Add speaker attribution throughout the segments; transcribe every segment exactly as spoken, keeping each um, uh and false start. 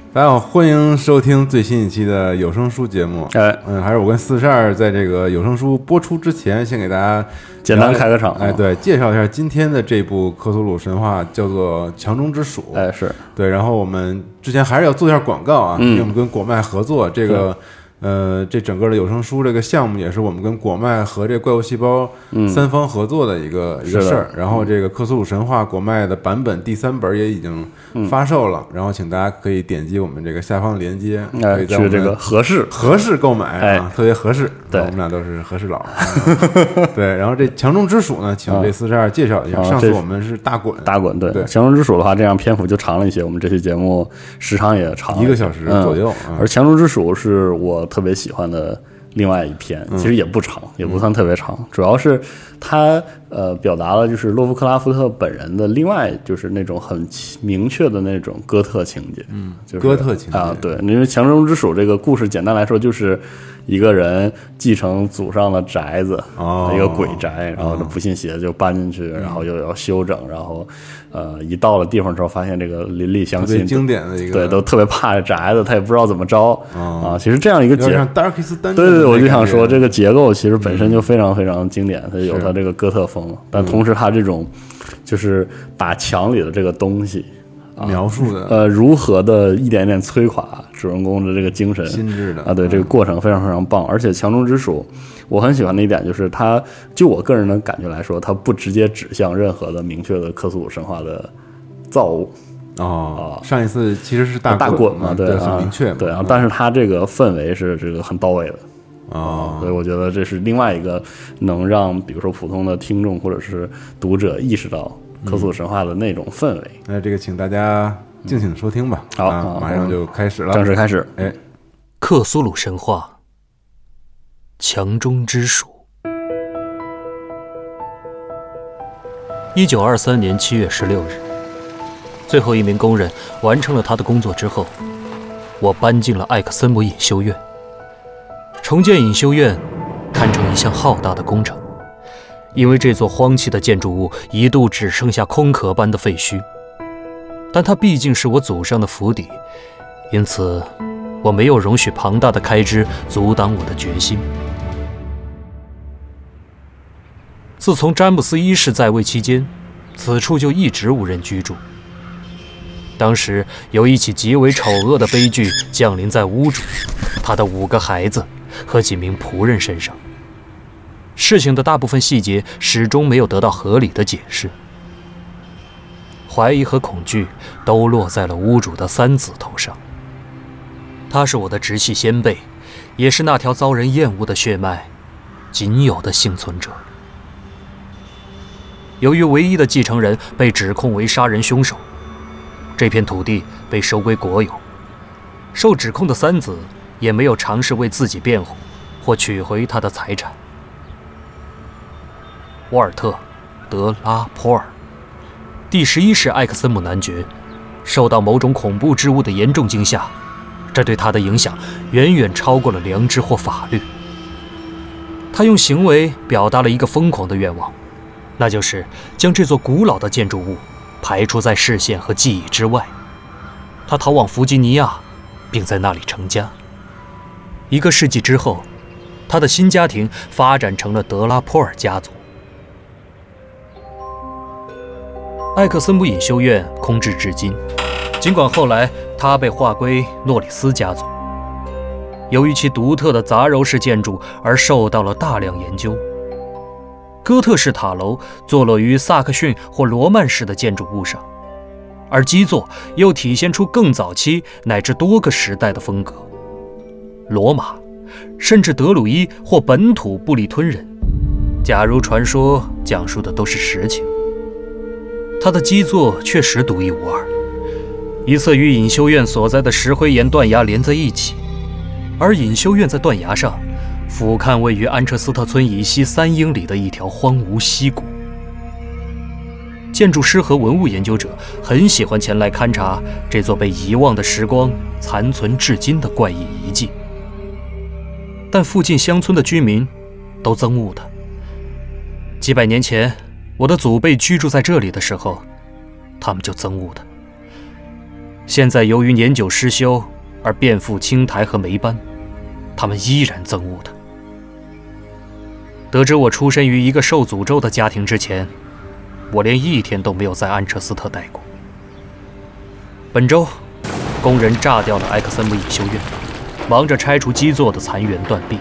Speaker 1: 大家好，欢迎收听最新一期的有声书节目。
Speaker 2: 哎，
Speaker 1: 嗯，还是我跟四十二在这个有声书播出之前，先给大家
Speaker 2: 简单开个场。
Speaker 1: 哎，对，介绍一下今天的这部克苏鲁神话，叫做《墙中之鼠》。
Speaker 2: 哎，是
Speaker 1: 对。然后我们之前还是要做一下广告啊，
Speaker 2: 嗯、
Speaker 1: 因为我们跟果麦合作，这个呃，这整个的有声书这个项目也是我们跟果麦和这个怪物细胞三方合作的一个、嗯、一个事儿。然后这个克苏鲁神话果麦的版本第三本也已经发售了，嗯、然后请大家可以点击我们这个下方链接，
Speaker 2: 哎、
Speaker 1: 可以在我们
Speaker 2: 去这个合适
Speaker 1: 合适购买啊，
Speaker 2: 哎、
Speaker 1: 特别合适。
Speaker 2: 对，
Speaker 1: 我们俩都是合适佬。对，然后这墙中之鼠呢，请这四十二介绍一下。
Speaker 2: 啊、
Speaker 1: 上次我们是大滚，
Speaker 2: 大滚对，
Speaker 1: 对
Speaker 2: 墙中之鼠的话，这样篇幅就长了一些，我们这期节目时长也长，
Speaker 1: 一个小时左右。
Speaker 2: 嗯、而墙中之鼠是我特别喜欢的另外一篇，其实也不长，嗯、也不算特别长，主要是它呃表达了就是洛夫克拉夫特本人的另外就是那种很明确的那种哥特情节，
Speaker 1: 嗯，
Speaker 2: 就是
Speaker 1: 哥特情节
Speaker 2: 啊，对，因为墙中之鼠这个故事简单来说就是一个人继承祖上的宅子，
Speaker 1: 哦，
Speaker 2: 一个鬼宅，然后不信邪就搬进去，
Speaker 1: 嗯、
Speaker 2: 然后又要修整，然后呃一到了地方之后，发现这个邻里乡亲
Speaker 1: 经典的一个
Speaker 2: 对都特别怕这宅子，他也不知道怎么着、
Speaker 1: 哦、
Speaker 2: 啊。其实这样一个结
Speaker 1: 像 Darkest Dungeon，
Speaker 2: 对对，我就想说这个结构其实本身就非常非常经典，它有它这个哥特风，但同时它这种就是把墙里的这个东西。
Speaker 1: 啊、描述的
Speaker 2: 呃，如何的一点点摧垮主人公的这个精神
Speaker 1: 心智的
Speaker 2: 啊，对、嗯、这个过程非常非常棒。而且墙中之鼠，我很喜欢的一点就是它，就我个人的感觉来说，它不直接指向任何的明确的克苏鲁神话的造物。
Speaker 1: 哦，啊、上一次其实是大
Speaker 2: 大滚嘛，对，
Speaker 1: 对，很明确嘛，
Speaker 2: 对啊，但是它这个氛围是这个很到位的。
Speaker 1: 哦，
Speaker 2: 所以我觉得这是另外一个能让比如说普通的听众或者是读者意识到克苏鲁神话的那种氛围。
Speaker 1: 那、嗯、这个请大家敬请收听吧。
Speaker 2: 好、
Speaker 1: 啊，马上就开始了，
Speaker 2: 正式开始。
Speaker 1: 哎，
Speaker 3: 克苏鲁神话，墙中之鼠。一九二三年七月十六日，最后一名工人完成了他的工作之后，我搬进了艾克森姆隐修院。重建隐修院堪称一项浩大的工程，因为这座荒弃的建筑物一度只剩下空壳般的废墟，但它毕竟是我祖上的府邸，因此我没有容许庞大的开支阻挡我的决心。自从詹姆斯一世在位期间，此处就一直无人居住。当时有一起极为丑恶的悲剧降临在屋主、他的五个孩子和几名仆人身上。事情的大部分细节始终没有得到合理的解释，怀疑和恐惧都落在了屋主的三子头上。他是我的直系先辈，也是那条遭人厌恶的血脉仅有的幸存者。由于唯一的继承人被指控为杀人凶手，这片土地被收归国有，受指控的三子也没有尝试为自己辩护或取回他的财产。沃尔特·德拉波尔，第十一世艾克森姆男爵，受到某种恐怖之物的严重惊吓，这对他的影响远远超过了良知或法律。他用行为表达了一个疯狂的愿望，那就是将这座古老的建筑物排除在视线和记忆之外。他逃往弗吉尼亚，并在那里成家。一个世纪之后，他的新家庭发展成了德拉波尔家族。艾克森姆隐修院空置至今，尽管后来他被划归诺里斯家族，由于其独特的杂糅式建筑而受到了大量研究。哥特式塔楼坐落于萨克逊或罗曼式的建筑物上，而基座又体现出更早期乃至多个时代的风格。罗马，甚至德鲁伊或本土布里吞人，假如传说讲述的都是实情，它的基座确实独一无二，一侧与隐修院所在的石灰岩断崖连在一起，而隐修院在断崖上俯瞰位于安彻斯特村以西三英里的一条荒芜溪谷。建筑师和文物研究者很喜欢前来勘察这座被遗忘的时光残存至今的怪异遗迹，但附近乡村的居民都憎恶它。几百年前我的祖辈居住在这里的时候，他们就憎恶它。 现在由于年久失修而遍布青苔和霉斑，他们依然憎恶他。得知我出身于一个受诅咒的家庭之前，我连一天都没有在安彻斯特待过。本周，工人炸掉了埃克森姆隐修院，忙着拆除基座的残垣断壁。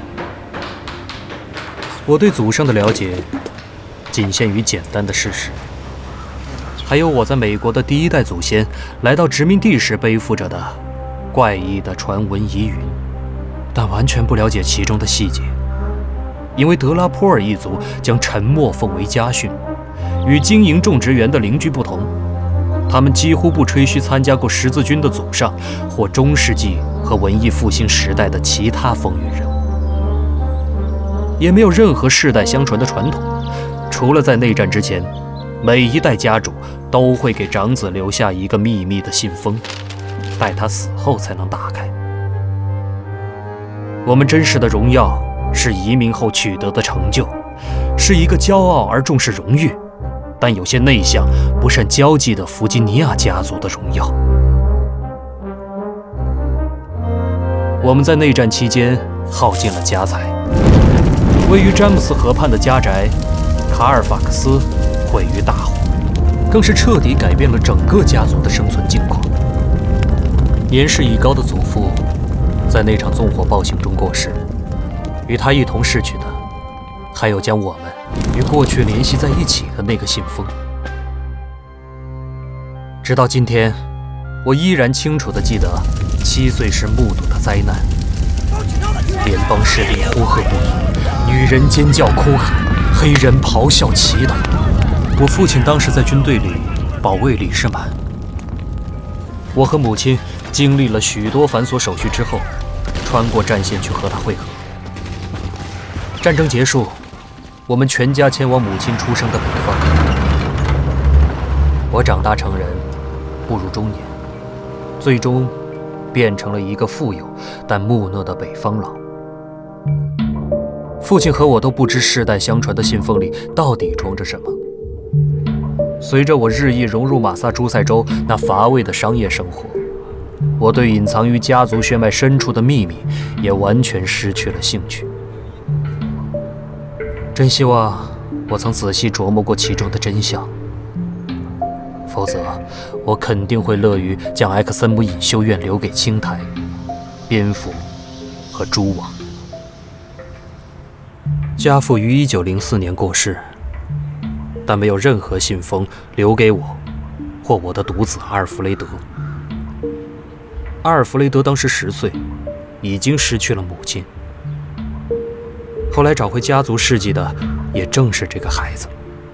Speaker 3: 我对祖上的了解仅限于简单的事实，还有我在美国的第一代祖先来到殖民地时背负着的怪异的传闻疑云，但完全不了解其中的细节。因为德拉波尔一族将沉默奉为家训，与经营种植园的邻居不同，他们几乎不吹嘘参加过十字军的祖上或中世纪和文艺复兴时代的其他风云人物，也没有任何世代相传的传统，除了在内战之前，每一代家主都会给长子留下一个秘密的信封，待他死后才能打开。我们真实的荣耀是移民后取得的成就，是一个骄傲而重视荣誉，但有些内向、不善交际的弗吉尼亚家族的荣耀。我们在内战期间耗尽了家财，位于詹姆斯河畔的家宅卡尔法克斯毁于大火，更是彻底改变了整个家族的生存境况。年事已高的祖父在那场纵火暴行中过世，与他一同逝去的还有将我们与过去联系在一起的那个信封。直到今天，我依然清楚地记得七岁时目睹的灾难。联邦士兵呼喝不已，女人尖叫哭喊，黑人咆哮祈祷。我父亲当时在军队里保卫李士满。我和母亲经历了许多繁琐手续之后，穿过战线去和他会合。战争结束，我们全家前往母亲出生的北方。我长大成人，步入中年，最终变成了一个富有但木讷的北方佬。父亲和我都不知世代相传的信封里到底装着什么。随着我日益融入马萨诸塞州那乏味的商业生活，我对隐藏于家族血脉深处的秘密也完全失去了兴趣。真希望我曾仔细琢磨过其中的真相，否则我肯定会乐于将埃克森姆隐修院留给青苔、蝙蝠和蛛网。家父于一九零四年过世，但没有任何信封留给我或我的独子阿尔弗雷德。阿尔弗雷德当时十岁，已经失去了母亲。后来找回家族事迹的也正是这个孩子。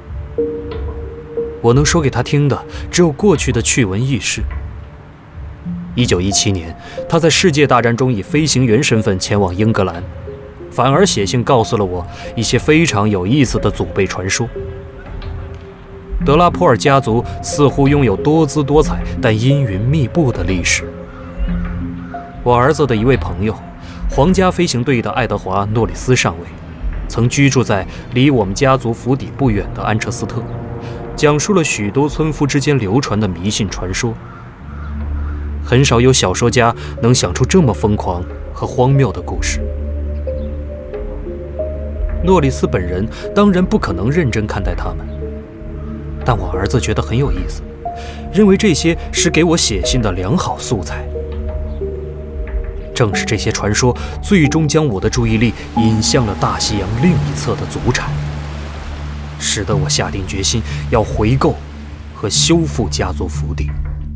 Speaker 3: 我能说给他听的只有过去的趣闻轶事。一九一七年，他在世界大战中以飞行员身份前往英格兰，反而写信告诉了我一些非常有意思的祖辈传说。德拉波尔家族似乎拥有多姿多彩但阴云密布的历史。我儿子的一位朋友，皇家飞行队的爱德华·诺里斯上尉，曾居住在离我们家族府邸不远的安彻斯特，讲述了许多村夫之间流传的迷信传说。很少有小说家能想出这么疯狂和荒谬的故事。诺里斯本人当然不可能认真看待他们，但我儿子觉得很有意思，认为这些是给我写信的良好素材。正是这些传说最终将我的注意力引向了大西洋另一侧的祖产，使得我下定决心要回购和修复家族府邸。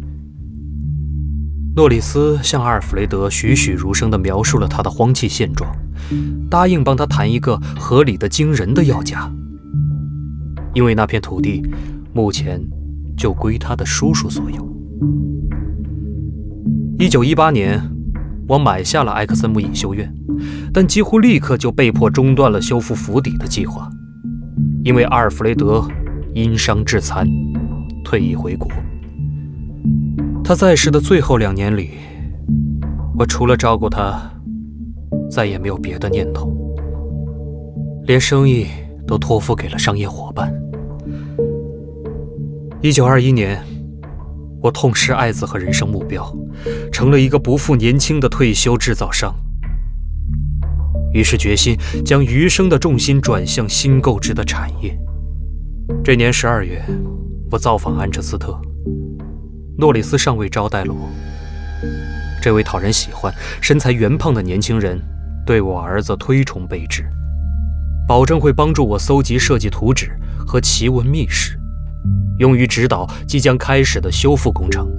Speaker 3: 诺里斯向阿尔弗雷德栩栩如生地描述了他的荒弃现状，答应帮他谈一个合理的惊人的要价，因为那片土地目前就归他的叔叔所有。一九一八年，我买下了埃克森姆隐修院，但几乎立刻就被迫中断了修复府邸的计划，因为阿尔弗雷德因伤致残，退役回国。他在世的最后两年里，我除了照顾他，再也没有别的念头，连生意都托付给了商业伙伴。一九二一年， 我痛失爱子和人生目标，成了一个不复年轻的退休制造商。于是决心将余生的重心转向新购置的产业。这年十二月，我造访安彻斯特，诺里斯尚未招待了我。这位讨人喜欢、身材圆胖的年轻人对我儿子推崇备至，保证会帮助我搜集设计图纸和奇闻秘史，用于指导即将开始的修复工程。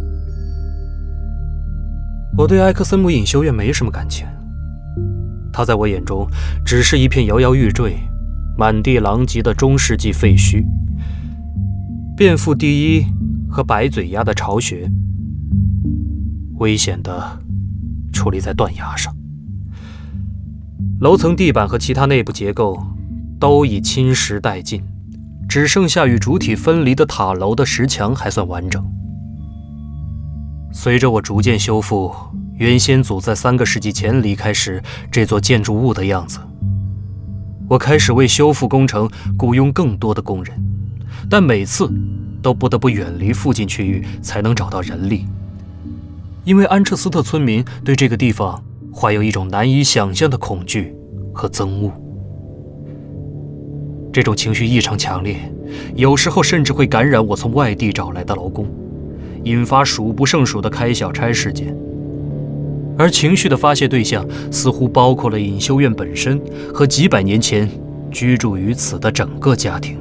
Speaker 3: 我对埃克森姆隐修院没什么感情，它在我眼中只是一片摇摇欲坠、满地狼藉的中世纪废墟。遍覆第一和白嘴鸦的巢穴，危险的矗立在断崖上。楼层地板和其他内部结构都已侵蚀殆尽，只剩下与主体分离的塔楼的石墙还算完整。随着我逐渐修复原先祖在三个世纪前离开时这座建筑物的样子，我开始为修复工程雇佣更多的工人，但每次都不得不远离附近区域才能找到人力，因为安彻斯特村民对这个地方怀有一种难以想象的恐惧和憎恶。这种情绪异常强烈，有时候甚至会感染我从外地找来的劳工，引发数不胜数的开小差事件。而情绪的发泄对象似乎包括了隐修院本身和几百年前居住于此的整个家庭。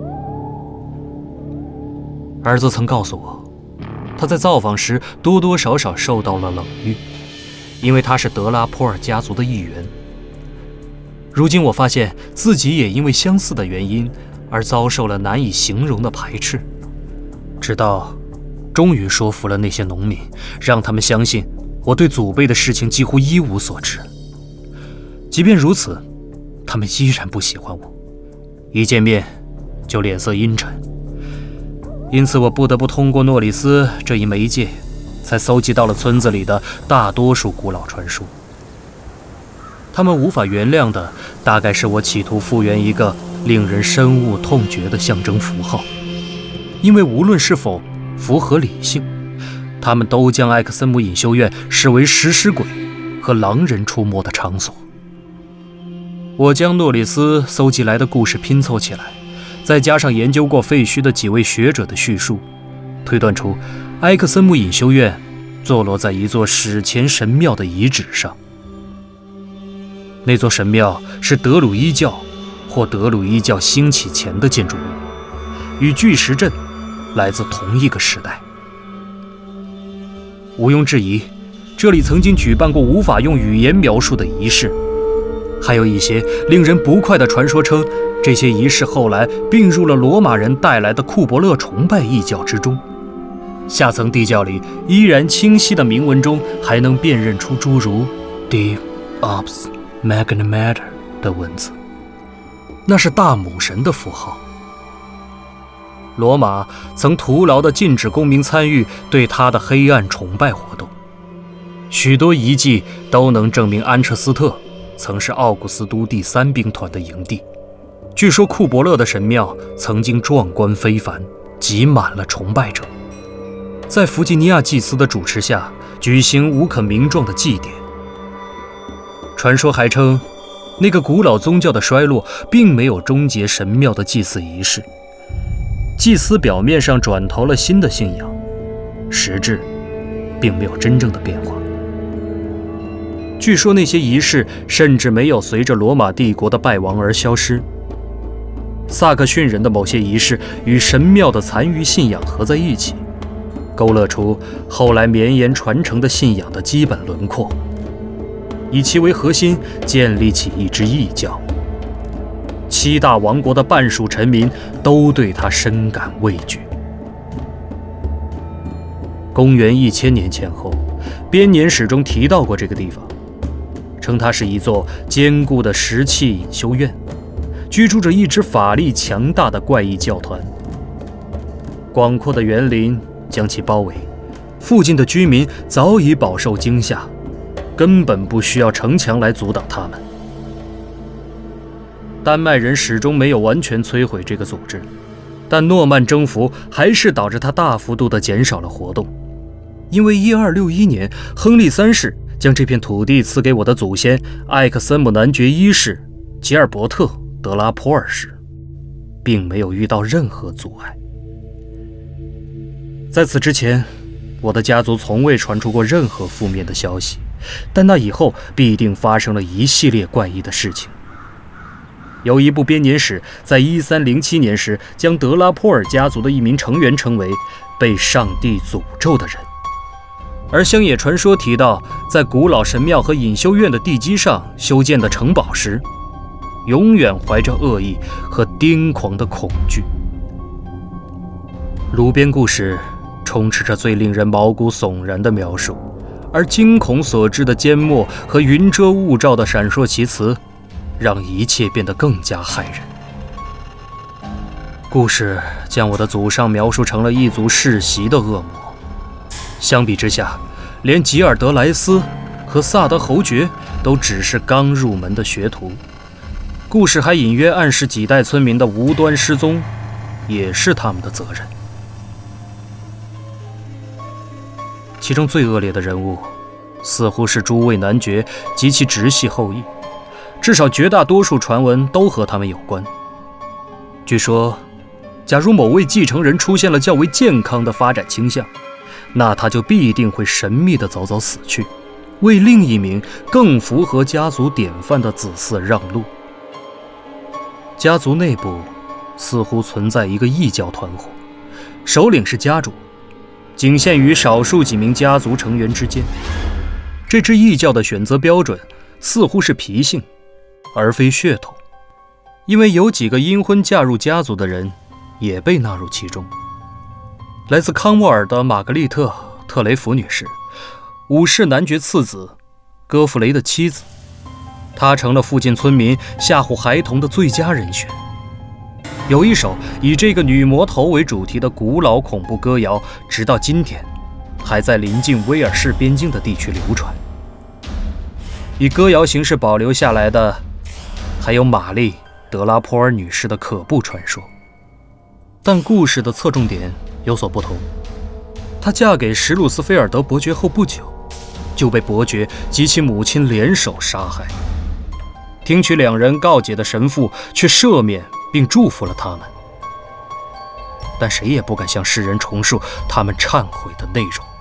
Speaker 3: 儿子曾告诉我，他在造访时多多少少受到了冷遇，因为他是德拉波尔家族的一员。如今我发现自己也因为相似的原因而遭受了难以形容的排斥，直到终于说服了那些农民，让他们相信我对祖辈的事情几乎一无所知。即便如此，他们依然不喜欢我，一见面就脸色阴沉。因此我不得不通过诺里斯这一媒介，才搜集到了村子里的大多数古老传说。他们无法原谅的大概是我企图复原一个令人深恶痛绝的象征符号，因为无论是否符合理性，他们都将埃克森姆隐修院视为食尸鬼和狼人出没的场所。我将诺里斯搜集来的故事拼凑起来，再加上研究过废墟的几位学者的叙述，推断出埃克森姆隐修院坐落在一座史前神庙的遗址上。那座神庙是德鲁伊教或德鲁伊教兴起前的建筑物，与巨石阵来自同一个时代。毋庸置疑，这里曾经举办过无法用语言描述的仪式，还有一些令人不快的传说称，这些仪式后来并入了罗马人带来的库伯勒崇拜异教之中。下层地窖里依然清晰的铭文中还能辨认出诸如 Deus Ops Magna Mater 的文字，那是大母神的符号。罗马曾徒劳地禁止公民参与对他的黑暗崇拜活动，许多遗迹都能证明安彻斯特曾是奥古斯都第三兵团的营地。据说库伯勒的神庙曾经壮观非凡，挤满了崇拜者，在弗吉尼亚祭司的主持下举行无可名状的祭典。传说还称，那个古老宗教的衰落并没有终结神庙的祭祀仪式，祭司表面上转投了新的信仰，实质并没有真正的变化。据说那些仪式甚至没有随着罗马帝国的败亡而消失。萨克逊人的某些仪式与神庙的残余信仰合在一起，勾勒出后来绵延传承的信仰的基本轮廓，以其为核心建立起一支异教。七大王国的半数臣民都对他深感畏惧。公元一千年前后，编年史中提到过这个地方，称它是一座坚固的石砌隐修院，居住着一支法力强大的怪异教团。广阔的园林将其包围，附近的居民早已饱受惊吓，根本不需要城墙来阻挡他们。丹麦人始终没有完全摧毁这个组织， 但诺曼征服还是导致他大幅度地减少了活动。因为一二六一年，亨利三世将这片土地赐给我的祖先艾克森姆男爵一世吉尔伯特·德拉波尔时，并没有遇到任何阻碍。在此之前，我的家族从未传出过任何负面的消息，但那以后必定发生了一系列怪异的事情。有一部编年史在一三零七年时将德拉波尔家族的一名成员称为被上帝诅咒的人，而乡野传说提到，在古老神庙和隐修院的地基上修建的城堡时，永远怀着恶意和癫狂的恐惧。鲁编故事充斥着最令人毛骨悚然的描述，而惊恐所致的缄默和云遮雾罩的闪烁其词，让一切变得更加骇人。故事将我的祖上描述成了一族世袭的恶魔，相比之下，连吉尔德莱斯和萨德侯爵都只是刚入门的学徒。故事还隐约暗示几代村民的无端失踪也是他们的责任。其中最恶劣的人物似乎是诸位男爵及其直系后裔，至少绝大多数传闻都和他们有关。据说，假如某位继承人出现了较为健康的发展倾向，那他就必定会神秘地早早死去，为另一名更符合家族典范的子嗣让路。家族内部似乎存在一个异教团伙，首领是家主，仅限于少数几名家族成员之间。这支异教的选择标准似乎是脾性，而非血统，因为有几个阴婚嫁入家族的人也被纳入其中。来自康沃尔的玛格丽特·特雷弗女士，武士男爵次子戈弗雷的妻子，她成了附近村民吓唬孩童的最佳人选。有一首以这个女魔头为主题的古老恐怖歌谣，直到今天还在临近威尔士边境的地区流传。以歌谣形式保留下来的还有玛丽·德拉波尔女士的可怖传说，但故事的侧重点有所不同。她嫁给史鲁斯菲尔德伯爵后不久，就被伯爵及其母亲联手杀害。听取两人告解的神父却赦免并祝福了他们，但谁也不敢向世人重述他们忏悔的内容。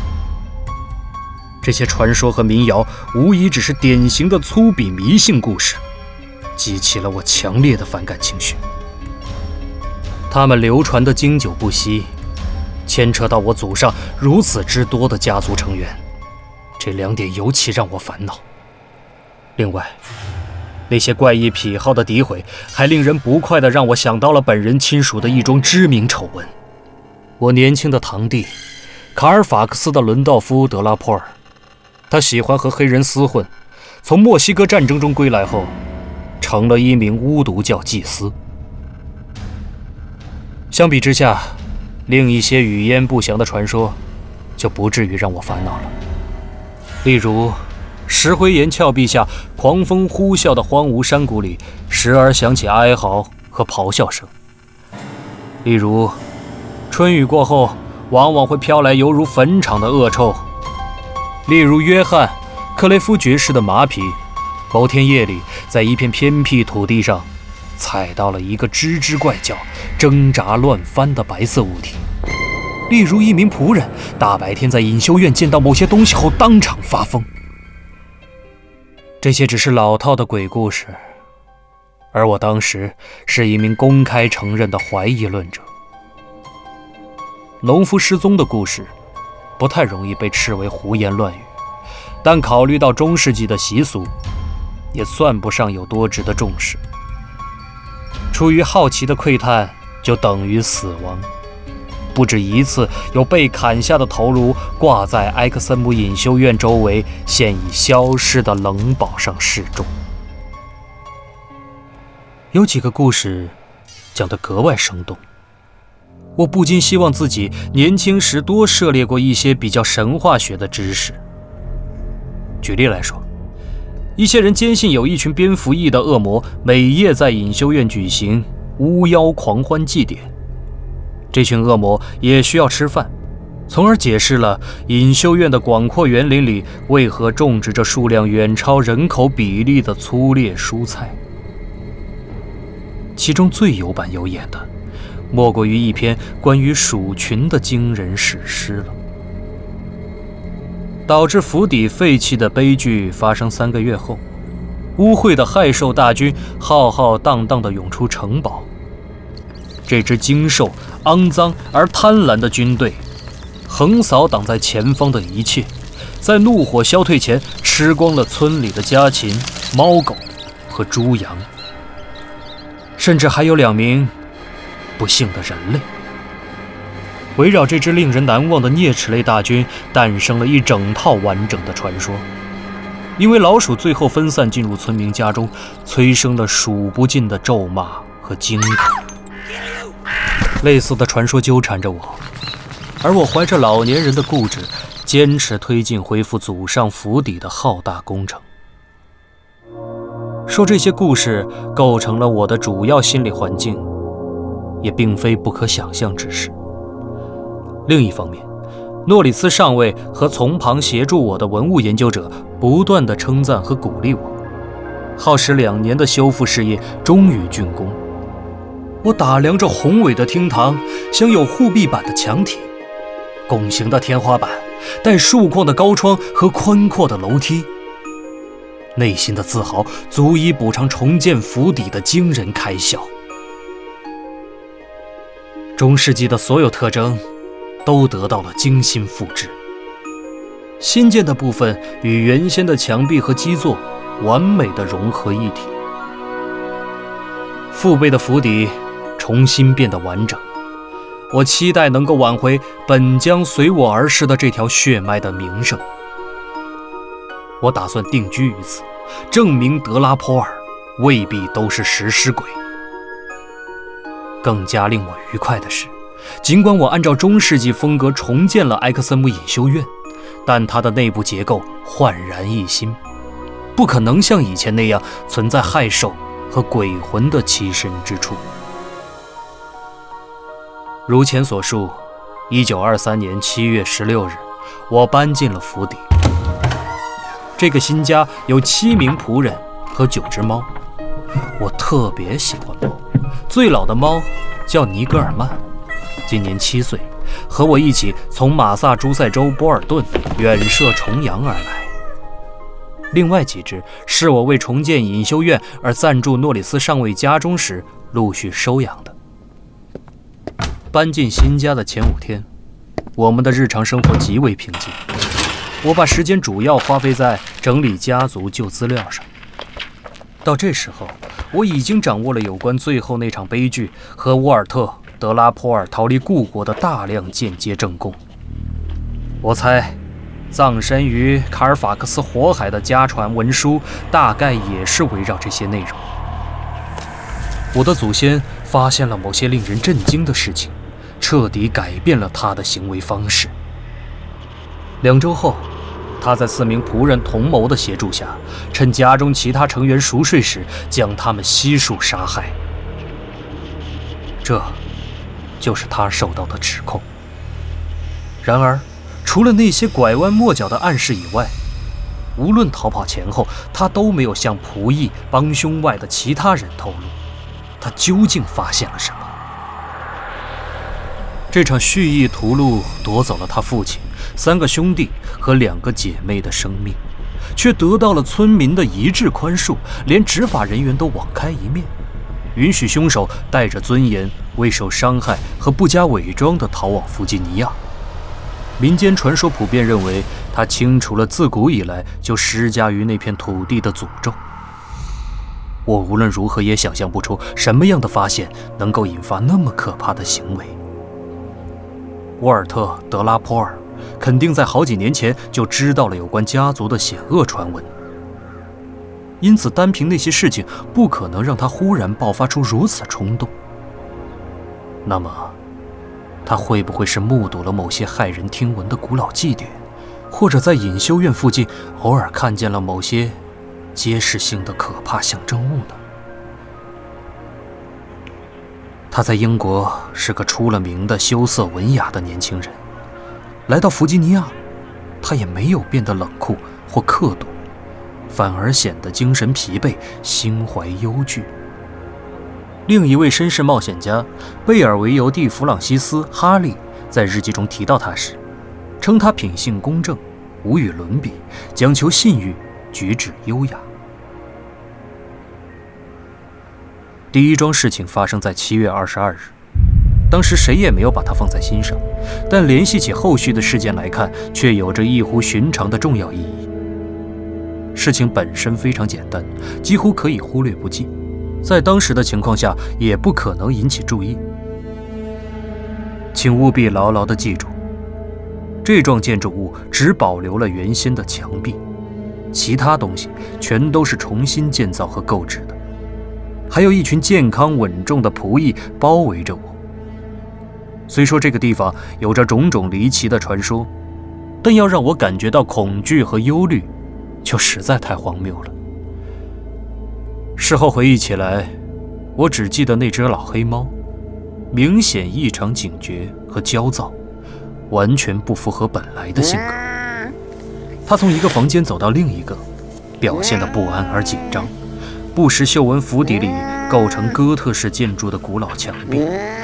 Speaker 3: 这些传说和民谣无疑只是典型的粗鄙迷信故事，激起了我强烈的反感情绪。他们流传的经久不息，牵扯到我祖上如此之多的家族成员，这两点尤其让我烦恼。另外，那些怪异癖好的诋毁还令人不快地让我想到了本人亲属的一桩知名丑闻。我年轻的堂弟卡尔法克斯的伦道夫·德拉波尔，他喜欢和黑人厮混，从墨西哥战争中归来后成了一名巫毒教祭司。相比之下，另一些语焉不详的传说就不至于让我烦恼了。例如，石灰岩峭壁下狂风呼啸的荒芜山谷里时而响起哀嚎和咆哮声。例如，春雨过后往往会飘来犹如坟场的恶臭。例如，约翰·克雷夫爵士的马匹某天夜里在一片偏僻土地上踩到了一个吱吱怪叫、挣扎乱翻的白色物体。例如，一名仆人大白天在隐修院见到某些东西后当场发疯。这些只是老套的鬼故事，而我当时是一名公开承认的怀疑论者。农夫失踪的故事不太容易被斥为胡言乱语，但考虑到中世纪的习俗，也算不上有多值得重视。出于好奇的窥探就等于死亡，不止一次有被砍下的头颅挂在埃克森姆隐修院周围现已消失的冷堡上示众。有几个故事讲得格外生动，我不禁希望自己年轻时多涉猎过一些比较神话学的知识。举例来说，一些人坚信有一群蝙蝠翼的恶魔每夜在隐修院举行巫妖狂欢祭典， 这群恶魔也需要吃饭，从而解释了隐修院的广阔园林里为何种植着数量远超人口比例的粗劣蔬菜。其中最有板有眼的，莫过于一篇关于鼠群的惊人史诗了。导致府邸废弃的悲剧发生三个月后，污秽的害兽大军浩浩荡荡地涌出城堡。这支精瘦、肮脏而贪婪的军队，横扫挡在前方的一切，在怒火消退前吃光了村里的家禽、猫狗和猪羊，甚至还有两名不幸的人类。围绕这支令人难忘的啮齿类大军，诞生了一整套完整的传说。因为老鼠最后分散进入村民家中，催生了数不尽的咒骂和惊恐。类似的传说纠缠着我，而我怀着老年人的固执，坚持推进恢复祖上府邸的浩大工程。说这些故事构成了我的主要心理环境，也并非不可想象之事。另一方面，诺里斯上尉和从旁协助我的文物研究者不断地称赞和鼓励我。耗时两年的修复事业终于竣工。我打量着宏伟的厅堂，像有护壁板的墙体，拱形的天花板，带竖框的高窗和宽阔的楼梯。内心的自豪足以补偿重建府邸的惊人开销。中世纪的所有特征都得到了精心复制，新建的部分与原先的墙壁和基座完美的融合一体。父辈的府邸重新变得完整，我期待能够挽回本将随我而逝的这条血脉的名声。我打算定居于此，证明德拉波尔未必都是食尸鬼。更加令我愉快的是，尽管我按照中世纪风格重建了埃克森姆隐修院，但它的内部结构焕然一新，不可能像以前那样存在害兽和鬼魂的栖身之处。如前所述，一九二三年七月十六日，我搬进了府邸。这个新家有七名仆人和九只猫，我特别喜欢猫。最老的猫叫尼格尔曼，今年七岁，和我一起从马萨诸塞州波尔顿远涉重洋而来。另外几只是我为重建隐修院而暂住诺里斯上尉家中时陆续收养的。搬进新家的前五天，我们的日常生活极为平静。我把时间主要花费在整理家族旧资料上。到这时候，我已经掌握了有关最后那场悲剧和沃尔特·德拉波尔逃离故国的大量间接证供。我猜，葬身于卡尔法克斯火海的家传文书大概也是围绕这些内容。我的祖先发现了某些令人震惊的事情，彻底改变了他的行为方式。两周后，他在四名仆人同谋的协助下，趁家中其他成员熟睡时，将他们悉数杀害。这就是他受到的指控。然而，除了那些拐弯抹角的暗示以外，无论逃跑前后，他都没有向仆役、帮凶外的其他人透露，他究竟发现了什么。这场蓄意屠戮夺走了他父亲、三个兄弟和两个姐妹的生命，却得到了村民的一致宽恕，连执法人员都网开一面，允许凶手带着尊严、未受伤害和不加伪装地逃往弗吉尼亚。民间传说普遍认为，他清除了自古以来就施加于那片土地的诅咒。我无论如何也想象不出什么样的发现能够引发那么可怕的行为。沃尔特·德拉波尔肯定在好几年前就知道了有关家族的险恶传闻，因此单凭那些事情不可能让他忽然爆发出如此冲动。那么他会不会是目睹了某些骇人听闻的古老祭典，或者在隐修院附近偶尔看见了某些揭示性的可怕象征物呢？ 他在英国是个出了名的羞涩文雅的年轻人，来到弗吉尼亚，他也没有变得冷酷或刻毒，反而显得精神疲惫，心怀忧惧。另一位绅士冒险家贝尔维尤蒂·弗朗西斯·哈利在日记中提到他时，称他品性公正，无与伦比，讲求信誉，举止优雅。第一桩事情发生在七月二十二日，当时谁也没有把它放在心上，但联系起后续的事件来看，却有着异乎寻常的重要意义。事情本身非常简单，几乎可以忽略不计，在当时的情况下也不可能引起注意。请务必牢牢地记住，这幢建筑物只保留了原先的墙壁，其他东西全都是重新建造和购置的，还有一群健康稳重的仆役包围着我。虽说这个地方有着种种离奇的传说，但要让我感觉到恐惧和忧虑，就实在太荒谬了。事后回忆起来，我只记得那只老黑猫明显异常警觉和焦躁，完全不符合本来的性格。它从一个房间走到另一个，表现得不安而紧张，不时嗅闻府邸里构成哥特式建筑的古老墙壁。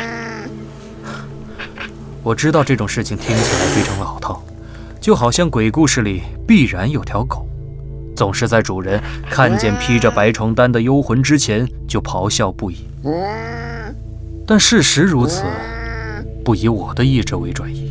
Speaker 3: 我知道这种事情听起来非常老套，就好像鬼故事里必然有条狗，总是在主人看见披着白床单的幽魂之前就咆哮不已。但事实如此，不以我的意志为转移。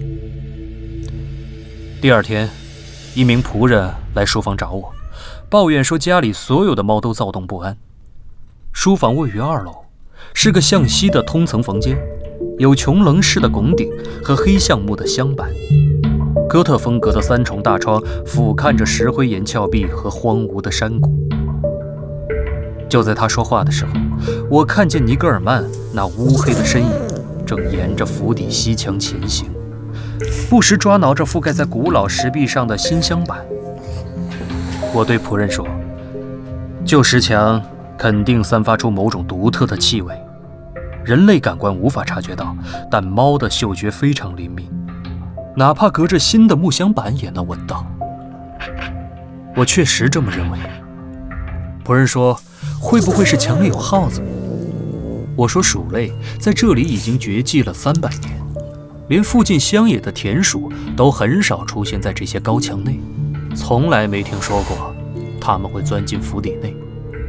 Speaker 3: 第二天，一名仆人来书房找我，抱怨说家里所有的猫都躁动不安。书房位于二楼，是个向西的通层房间，有穹棱式的拱顶和黑橡木的镶板，哥特风格的三重大窗俯瞰着石灰岩峭壁和荒芜的山谷。就在他说话的时候，我看见尼格尔曼那乌黑的身影正沿着府邸西墙前行，不时抓挠着覆盖在古老石壁上的新镶板。我对仆人说，旧石墙肯定散发出某种独特的气味，人类感官无法察觉到，但猫的嗅觉非常灵敏，哪怕隔着新的木镶板也能闻到。我确实这么认为。仆人说，会不会是墙里有耗子？我说，鼠类在这里已经绝迹了三百年，连附近乡野的田鼠都很少出现在这些高墙内，从来没听说过它们会钻进府邸内。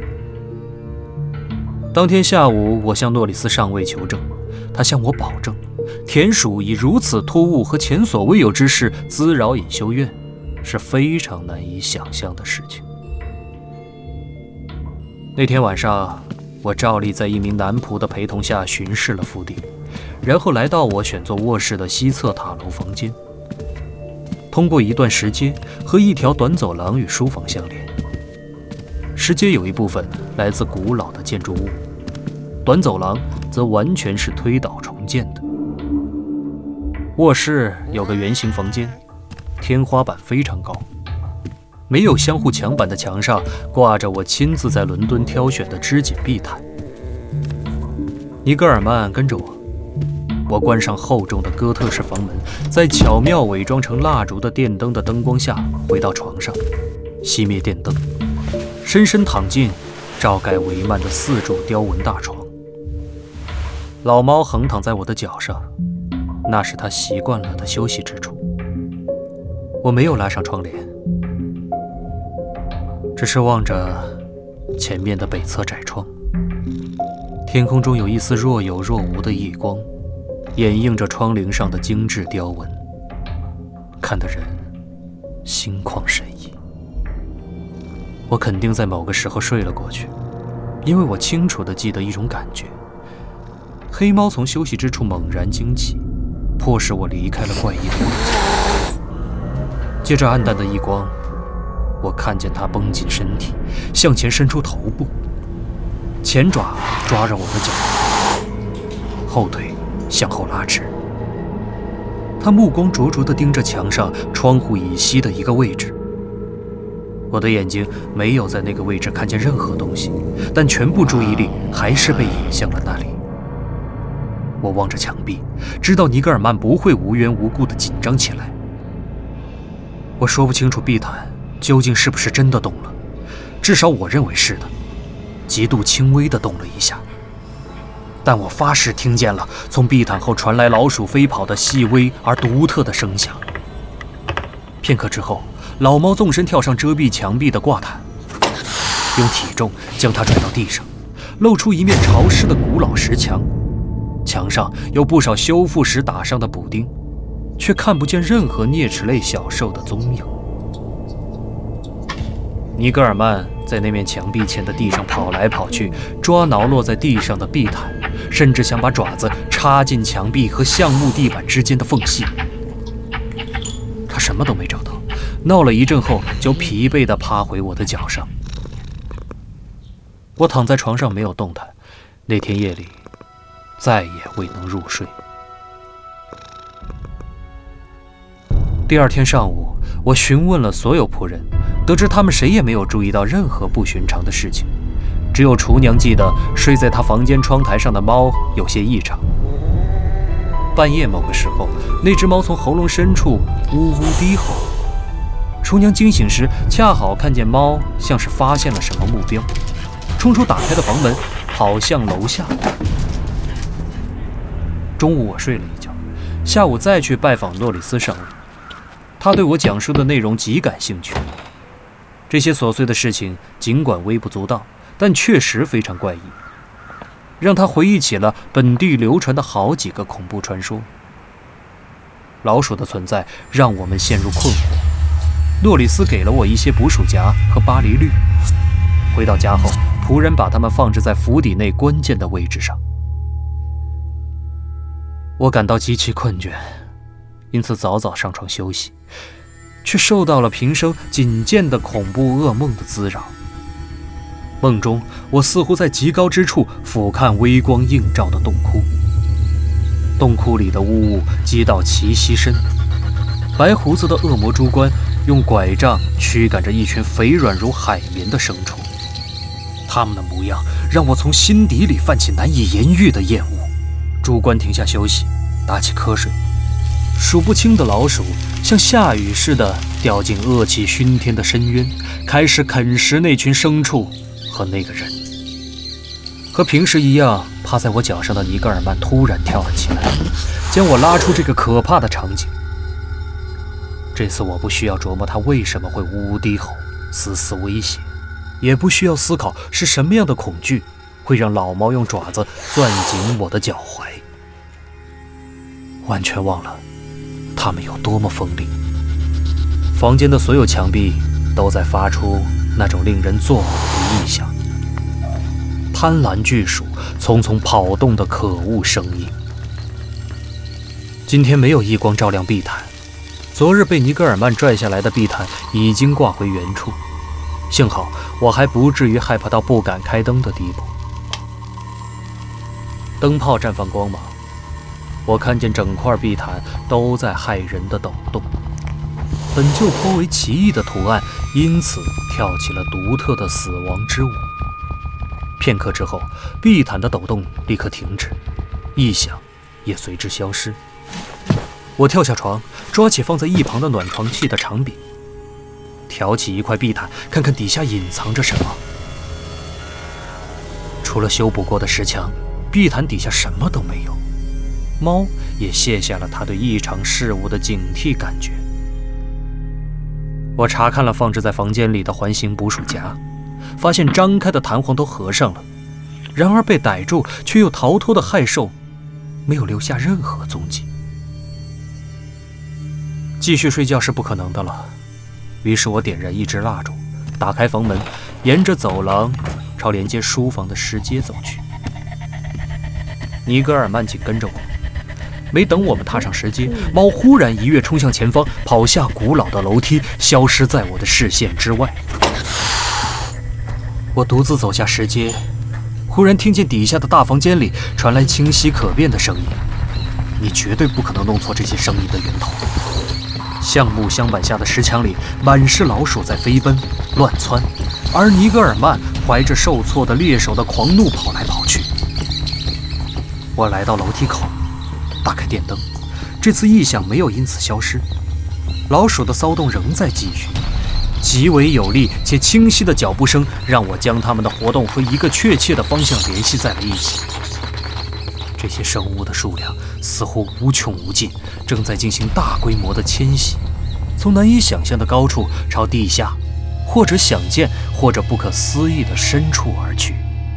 Speaker 3: 当天下午，我向诺里斯上尉求证，他向我保证，田鼠以如此突兀和前所未有之势滋扰隐修院，是非常难以想象的事情。那天晚上，我照例在一名男仆的陪同下巡视了府邸，然后来到我选做卧室的西侧塔楼房间。通过一段石阶和一条短走廊与书房相连，石阶有一部分来自古老的建筑物，短走廊则完全是推倒重建的。卧室有个圆形房间，天花板非常高，没有相互墙板的墙上挂着我亲自在伦敦挑选的织锦地毯。尼格尔曼跟着我，我关上厚重的哥特式房门，在巧妙伪装成蜡烛的电灯的灯光下回到床上，熄灭电灯，深深躺进罩盖帷幔的四柱雕纹大床。老猫横躺在我的脚上，那是它习惯了的休息之处。我没有拉上窗帘，只是望着前面的北侧窄窗，天空中有一丝若有若无的异光，掩映着窗棂上的精致雕纹，看得人心旷神怡。我肯定在某个时候睡了过去，因为我清楚地记得一种感觉。黑猫从休息之处猛然惊起，迫使我离开了怪异的梦境。接着暗淡的异光，我看见它绷紧身体，向前伸出头部，前爪抓着我的脚，后腿向后拉直。他目光灼灼地盯着墙上窗户以西的一个位置。我的眼睛没有在那个位置看见任何东西，但全部注意力还是被引向了那里。 我望着墙壁，知道尼格尔曼不会无缘无故地紧张起来。我说不清楚碧潭究竟是不是真的动了，至少我认为是的，极度轻微地动了一下。但我发誓听见了从碧潭后传来老鼠飞跑的细微而独特的声响。片刻之后，老猫纵身跳上遮蔽墙壁的挂毯，用体重将它拽到地上，露出一面潮湿的古老石墙，墙上有不少修复时打上的补丁，却看不见任何啮齿类小兽的踪影。尼格尔曼在那面墙壁前的地上跑来跑去，抓挠落在地上的壁毯，甚至想把爪子插进墙壁和橡木地板之间的缝隙。他什么都没找到，闹了一阵后就疲惫地趴回我的脚上。我躺在床上没有动弹，那天夜里再也未能入睡。第二天上午，我询问了所有仆人，得知他们谁也没有注意到任何不寻常的事情，只有厨娘记得睡在她房间窗台上的猫有些异常。半夜某个时候，那只猫从喉咙深处呜呜低吼，厨娘惊醒时恰好看见猫像是发现了什么目标，冲出打开的房门，跑向楼下。中午我睡了一觉，下午再去拜访诺里斯上尉，他对我讲述的内容极感兴趣。这些琐碎的事情尽管微不足道，但确实非常怪异，让他回忆起了本地流传的好几个恐怖传说。老鼠的存在让我们陷入困惑，诺里斯给了我一些捕鼠夹和巴黎绿。回到家后，仆人把它们放置在府邸内关键的位置上。我感到极其困倦，因此早早上床休息，却受到了平生仅见的恐怖噩梦的滋扰。梦中，我似乎在极高之处俯瞰微光映照的洞窟，洞窟里的污物积到齐膝深，白胡子的恶魔猪倌用拐杖驱赶着一群肥软如海绵的牲畜，他们的模样让我从心底里泛起难以言喻的厌恶。猪倌停下休息，打起瞌睡，数不清的老鼠像下雨似的掉进恶气熏天的深渊，开始啃食那群牲畜和那个人。和平时一样，趴在我脚上的尼格尔曼突然跳了起来，将我拉出这个可怕的场景。这次我不需要琢磨他为什么会呜呜低吼，丝丝威胁，也不需要思考是什么样的恐惧会让老猫用爪子攥紧我的脚踝，完全忘了它们有多么锋利。房间的所有墙壁都在发出那种令人作呕的异响，贪婪巨鼠匆匆跑动的可恶声音。今天没有异光照亮壁毯，昨日被尼格尔曼拽下来的壁毯已经挂回原处，幸好我还不至于害怕到不敢开灯的地步。灯泡绽放光芒，我看见整块壁毯都在骇人的抖动，本就颇为奇异的图案因此跳起了独特的死亡之舞。片刻之后，壁毯的抖动立刻停止，异响也随之消失。我跳下床，抓起放在一旁的暖床器的长柄，挑起一块壁毯，看看底下隐藏着什么。除了修补过的石墙，壁毯底下什么都没有。猫也卸下了它对异常事物的警惕感觉。我查看了放置在房间里的环形捕鼠夹，发现张开的弹簧都合上了，然而被逮住却又逃脱的害兽没有留下任何踪迹。继续睡觉是不可能的了，于是我点燃一支蜡烛，打开房门，沿着走廊朝连接书房的石阶走去。尼格尔曼紧跟着我，没等我们踏上石阶，猫忽然一跃冲向前方，跑下古老的楼梯，消失在我的视线之外。我独自走下石阶，忽然听见底下的大房间里传来清晰可辨的声音。你绝对不可能弄错这些声音的源头。橡木镶板下的石墙里满是老鼠在飞奔乱窜，而尼格尔曼怀着受挫的猎手的狂怒跑来跑去。 我来到楼梯口，打开电灯，这次异响没有因此消失，老鼠的骚动仍在继续。极为有力且清晰的脚步声让我将它们的活动和一个确切的方向联系在了一起。这些生物的数量似乎无穷无尽，正在进行大规模的迁徙，从难以想象的高处朝地下，或者想见，或者不可思议的深处而去。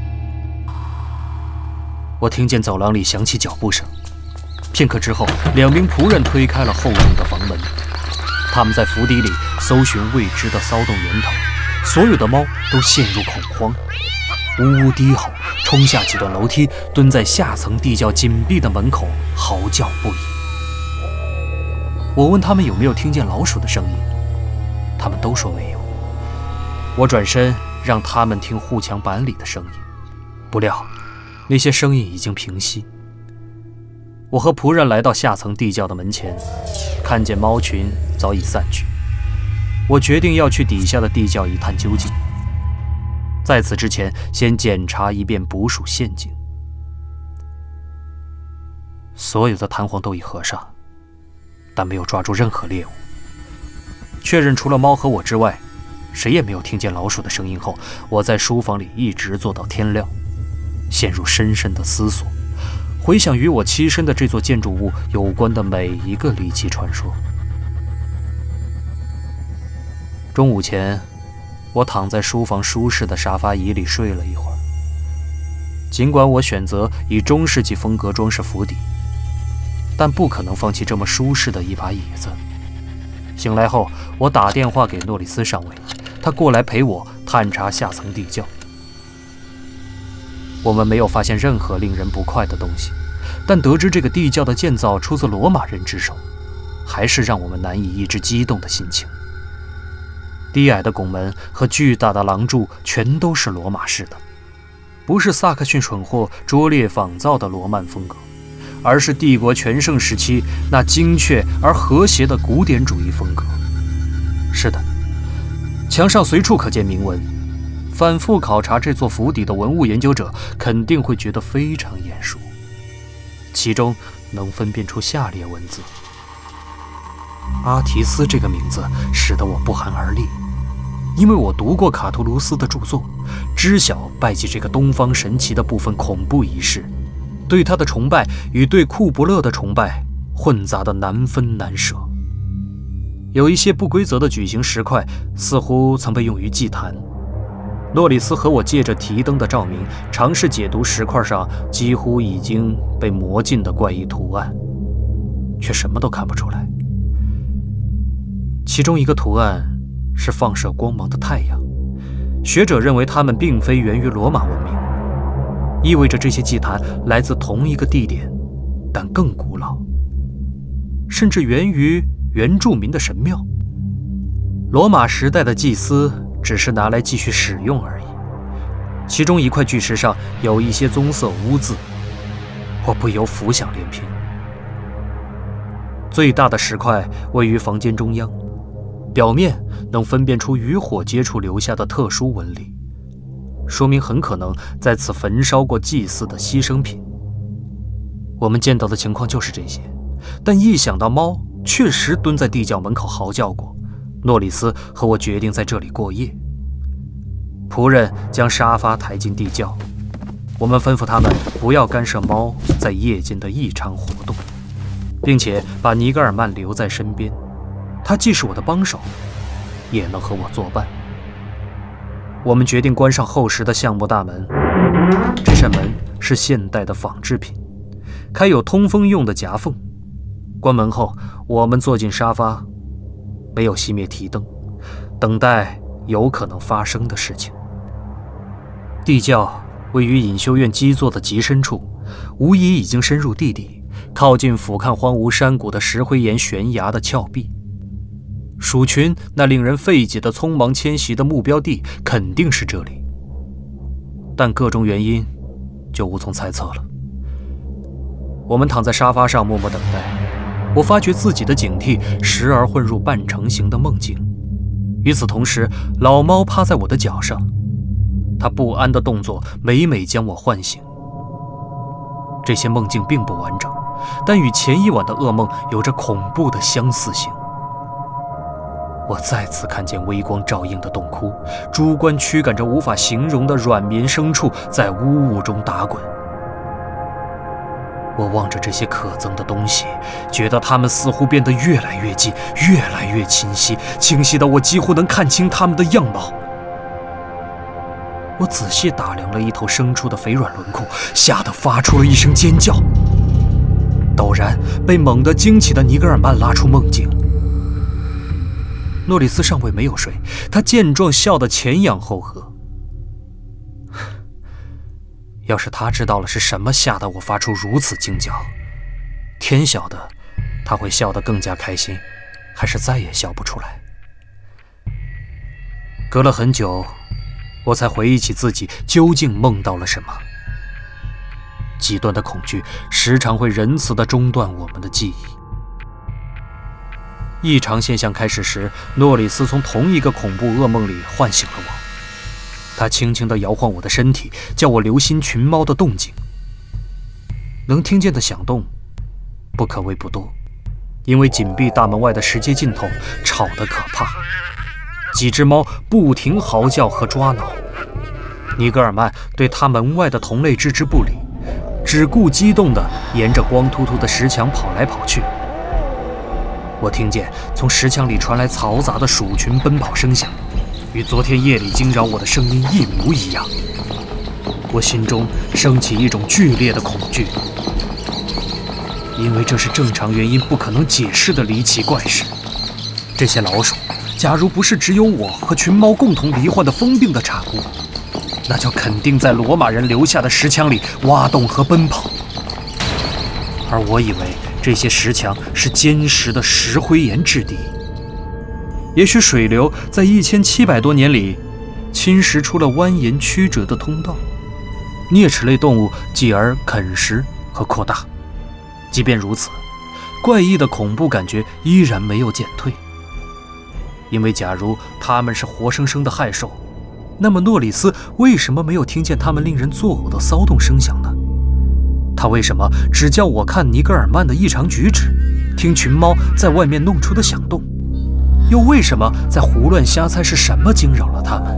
Speaker 3: 我听见走廊里响起脚步声，片刻之后，两名仆人推开了厚重的房门。他们在府邸里搜寻未知的骚动源头，所有的猫都陷入恐慌，呜呜低吼，冲下几段楼梯，蹲在下层地窖紧闭的门口，嚎叫不已。我问他们有没有听见老鼠的声音，他们都说没有。我转身让他们听护墙板里的声音，不料那些声音已经平息。我和仆人来到下层地窖的门前，看见猫群早已散去。我决定要去底下的地窖一探究竟，在此之前先检查一遍捕鼠陷阱。所有的弹簧都已合上，但没有抓住任何猎物。确认除了猫和我之外，谁也没有听见老鼠的声音后，我在书房里一直坐到天亮，陷入深深的思索，回想与我栖身的这座建筑物有关的每一个离奇传说。中午前，我躺在书房舒适的沙发椅里睡了一会儿。尽管我选择以中世纪风格装饰府邸，但不可能放弃这么舒适的一把椅子。醒来后，我打电话给诺里斯上尉，他过来陪我探查下层地窖。我们没有发现任何令人不快的东西，但得知这个地窖的建造出自罗马人之手，还是让我们难以抑制激动的心情。低矮的拱门和巨大的廊柱全都是罗马式的，不是萨克逊蠢货拙劣仿造的罗曼风格，而是帝国全盛时期那精确而和谐的古典主义风格。是的，墙上随处可见铭文，反复考察这座府邸的文物研究者肯定会觉得非常眼熟，其中能分辨出下列文字。阿提斯这个名字使得我不寒而栗，因为我读过卡图卢斯的著作，知晓拜祭这个东方神奇的部分恐怖仪式，对他的崇拜与对库伯勒的崇拜混杂的难分难舍。有一些不规则的矩形石块似乎曾被用于祭坛。诺里斯和我借着提灯的照明，尝试解读石块上几乎已经被磨尽的怪异图案，却什么都看不出来。其中一个图案是放射光芒的太阳，学者认为它们并非源于罗马文明，意味着这些祭坛来自同一个地点，但更古老，甚至源于原住民的神庙。罗马时代的祭司只是拿来继续使用而已。其中一块巨石上有一些棕色污渍，我不由浮想联翩。最大的石块位于房间中央，表面能分辨出与火接触留下的特殊纹理，说明很可能在此焚烧过祭祀的牺牲品。我们见到的情况就是这些，但一想到猫确实蹲在地窖门口嚎叫过，诺里斯和我决定在这里过夜。仆人将沙发抬进地窖，我们吩咐他们不要干涉猫在夜间的异常活动，并且把尼格尔曼留在身边，他既是我的帮手，也能和我作伴。我们决定关上厚实的橡木大门，这扇门是现代的仿制品，开有通风用的夹缝。关门后，我们坐进沙发，没有熄灭提灯，等待有可能发生的事情。地窖位于隐修院基座的极深处，无疑已经深入地底，靠近俯瞰荒芜山谷的石灰岩悬崖的峭壁。鼠群那令人费解的匆忙迁徙的目标地肯定是这里，但各种原因就无从猜测了。我们躺在沙发上默默等待，我发觉自己的警惕时而混入半成型的梦境。与此同时，老猫趴在我的脚上，它不安的动作每每将我唤醒。 这些梦境并不完整，但与前一晚的噩梦有着恐怖的相似性。我再次看见微光照映的洞窟，主观驱赶着无法形容的软绵牲畜在污雾中打滚。我望着这些可憎的东西，觉得它们似乎变得越来越近，越来越清晰，清晰到我几乎能看清它们的样貌。我仔细打量了一头牲畜的肥软轮廓，吓得发出了一声尖叫。陡然被猛地惊起的尼格尔曼拉出梦境。诺里斯上尉没有睡，他见状笑得前仰后合。要是他知道了是什么吓得我发出如此惊叫，天晓得他会笑得更加开心，还是再也笑不出来。隔了很久，我才回忆起自己究竟梦到了什么。极端的恐惧时常会仁慈地中断我们的记忆。异常现象开始时，诺里斯从同一个恐怖噩梦里唤醒了我。他轻轻地摇晃我的身体，叫我留心群猫的动静。能听见的响动不可谓不多，因为紧闭大门外的石阶尽头吵得可怕。几只猫不停嚎叫和抓挠。尼格尔曼对他门外的同类置之不理，只顾激动地沿着光秃秃的石墙跑来跑去。我听见从石墙里传来嘈杂的鼠群奔跑声响，与昨天夜里惊扰我的声音一模一样。我心中升起一种剧烈的恐惧，因为这是正常原因不可能解释的离奇怪事。这些老鼠，假如不是只有我和群猫共同罹患的疯病的产物，那就肯定在罗马人留下的石墙里挖洞和奔跑。而我以为这些石墙是坚实的石灰岩质地，也许水流在一千七百多年里侵蚀出了蜿蜒曲折的通道，啮齿类动物继而啃食和扩大。即便如此，怪异的恐怖感觉依然没有减退。因为假如它们是活生生的害兽，那么诺里斯为什么没有听见它们令人作呕的骚动声响呢？他为什么只叫我看尼格尔曼的异常举止，听群猫在外面弄出的响动？又为什么在胡乱瞎猜是什么惊扰了他们？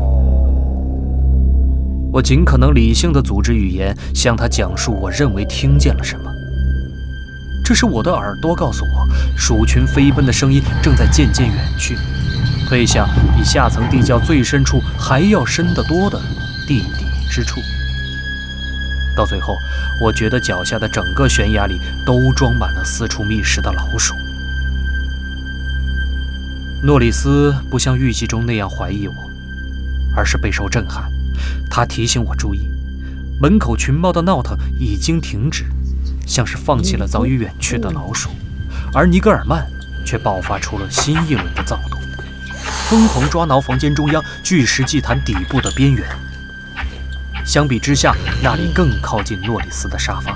Speaker 3: 我尽可能理性地组织语言，向他讲述我认为听见了什么。这是我的耳朵告诉我，鼠群飞奔的声音正在渐渐远去，退向比下层地窖最深处还要深得多的地底之处。到最后，我觉得脚下的整个悬崖里都装满了四处觅食的老鼠。诺里斯不像预计中那样怀疑我，而是备受震撼。他提醒我注意，门口群猫的闹腾已经停止，像是放弃了早已远去的老鼠，而尼格尔曼却爆发出了新一轮的躁动，疯狂抓挠房间中央巨石祭坛底部的边缘。相比之下，那里更靠近诺里斯的沙发。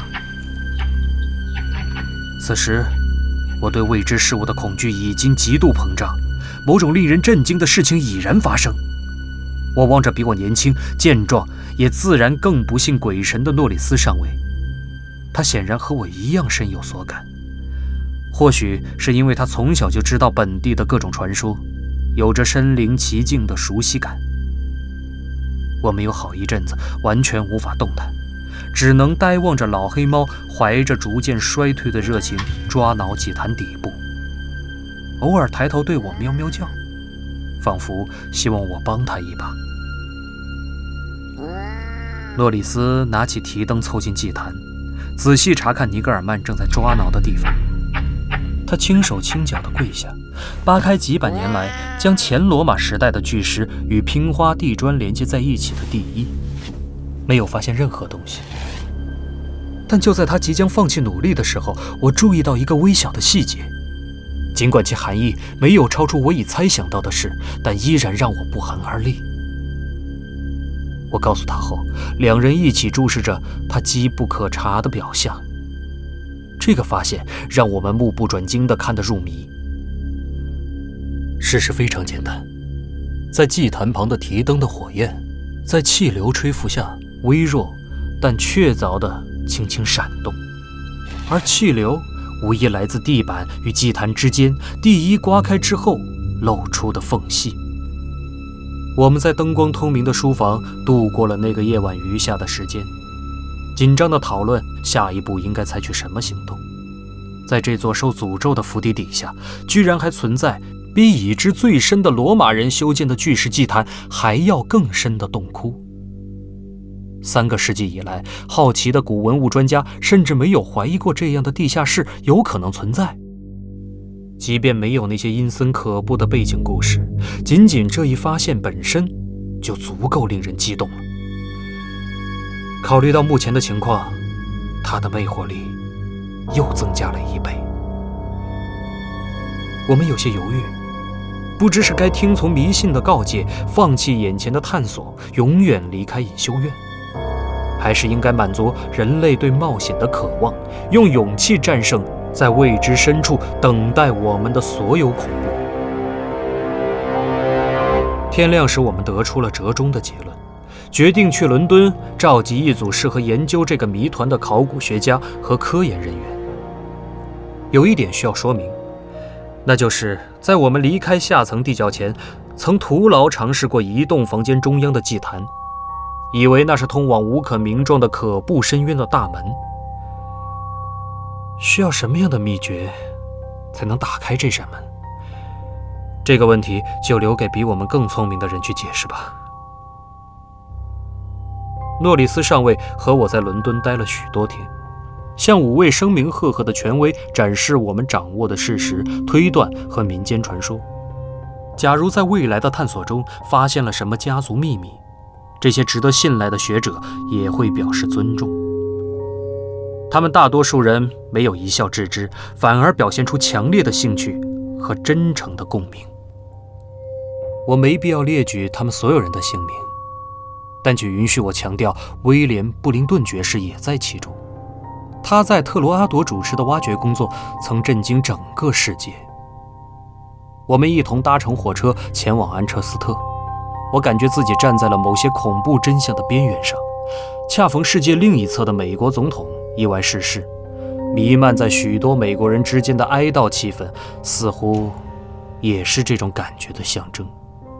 Speaker 3: 此时，我对未知事物的恐惧已经极度膨胀，某种令人震惊的事情已然发生。我望着比我年轻、健壮，也自然更不信鬼神的诺里斯上尉，他显然和我一样深有所感。或许是因为他从小就知道本地的各种传说，有着身临其境的熟悉感。我们有好一阵子完全无法动弹，只能呆望着老黑猫怀着逐渐衰退的热情抓挠祭坛底部，偶尔抬头对我喵喵叫，仿佛希望我帮他一把。诺里斯拿起提灯凑近祭坛，仔细查看尼格尔曼正在抓挠的地方。他轻手轻脚地跪下，扒开几百年来将前罗马时代的巨石与拼花地砖连接在一起的地衣，没有发现任何东西。但就在他即将放弃努力的时候，我注意到一个微小的细节，尽管其含义没有超出我已猜想到的事，但依然让我不寒而栗。我告诉他后，两人一起注视着他机不可察的表象。这个发现让我们目不转睛地看得入迷。事实非常简单，在祭坛旁的提灯的火焰，在气流吹拂下微弱但确凿地轻轻闪动，而气流无疑来自地板与祭坛之间第一刮开之后露出的缝隙。我们在灯光通明的书房度过了那个夜晚余下的时间，紧张地讨论下一步应该采取什么行动。在这座受诅咒的府邸底下，居然还存在比已知最深的罗马人修建的巨石祭坛还要更深的洞窟。三个世纪以来，好奇的古文物专家甚至没有怀疑过这样的地下室有可能存在。即便没有那些阴森可怖的背景故事，仅仅这一发现本身就足够令人激动了。考虑到目前的情况，它的魅惑力又增加了一倍。我们有些犹豫，不知是该听从迷信的告诫，放弃眼前的探索，永远离开隐修院，还是应该满足人类对冒险的渴望，用勇气战胜在未知深处等待我们的所有恐怖。天亮时，我们得出了折中的结论，决定去伦敦召集一组适合研究这个谜团的考古学家和科研人员。有一点需要说明，那就是在我们离开下层地窖前，曾徒劳尝试过移动房间中央的祭坛，以为那是通往无可名状的可怖深渊的大门。需要什么样的秘诀才能打开这扇门？这个问题就留给比我们更聪明的人去解释吧。诺里斯上尉和我在伦敦待了许多天，向五位声名赫赫的权威展示我们掌握的事实、推断和民间传说。假如在未来的探索中发现了什么家族秘密，这些值得信赖的学者也会表示尊重。他们大多数人没有一笑置之，反而表现出强烈的兴趣和真诚的共鸣。我没必要列举他们所有人的姓名，但请允许我强调，威廉·布林顿爵士也在其中。他在特罗阿朵主持的挖掘工作曾震惊整个世界。我们一同搭乘火车前往安彻斯特，我感觉自己站在了某些恐怖真相的边缘上。恰逢世界另一侧的美国总统意外逝世，弥漫在许多美国人之间的哀悼气氛，似乎也是这种感觉的象征。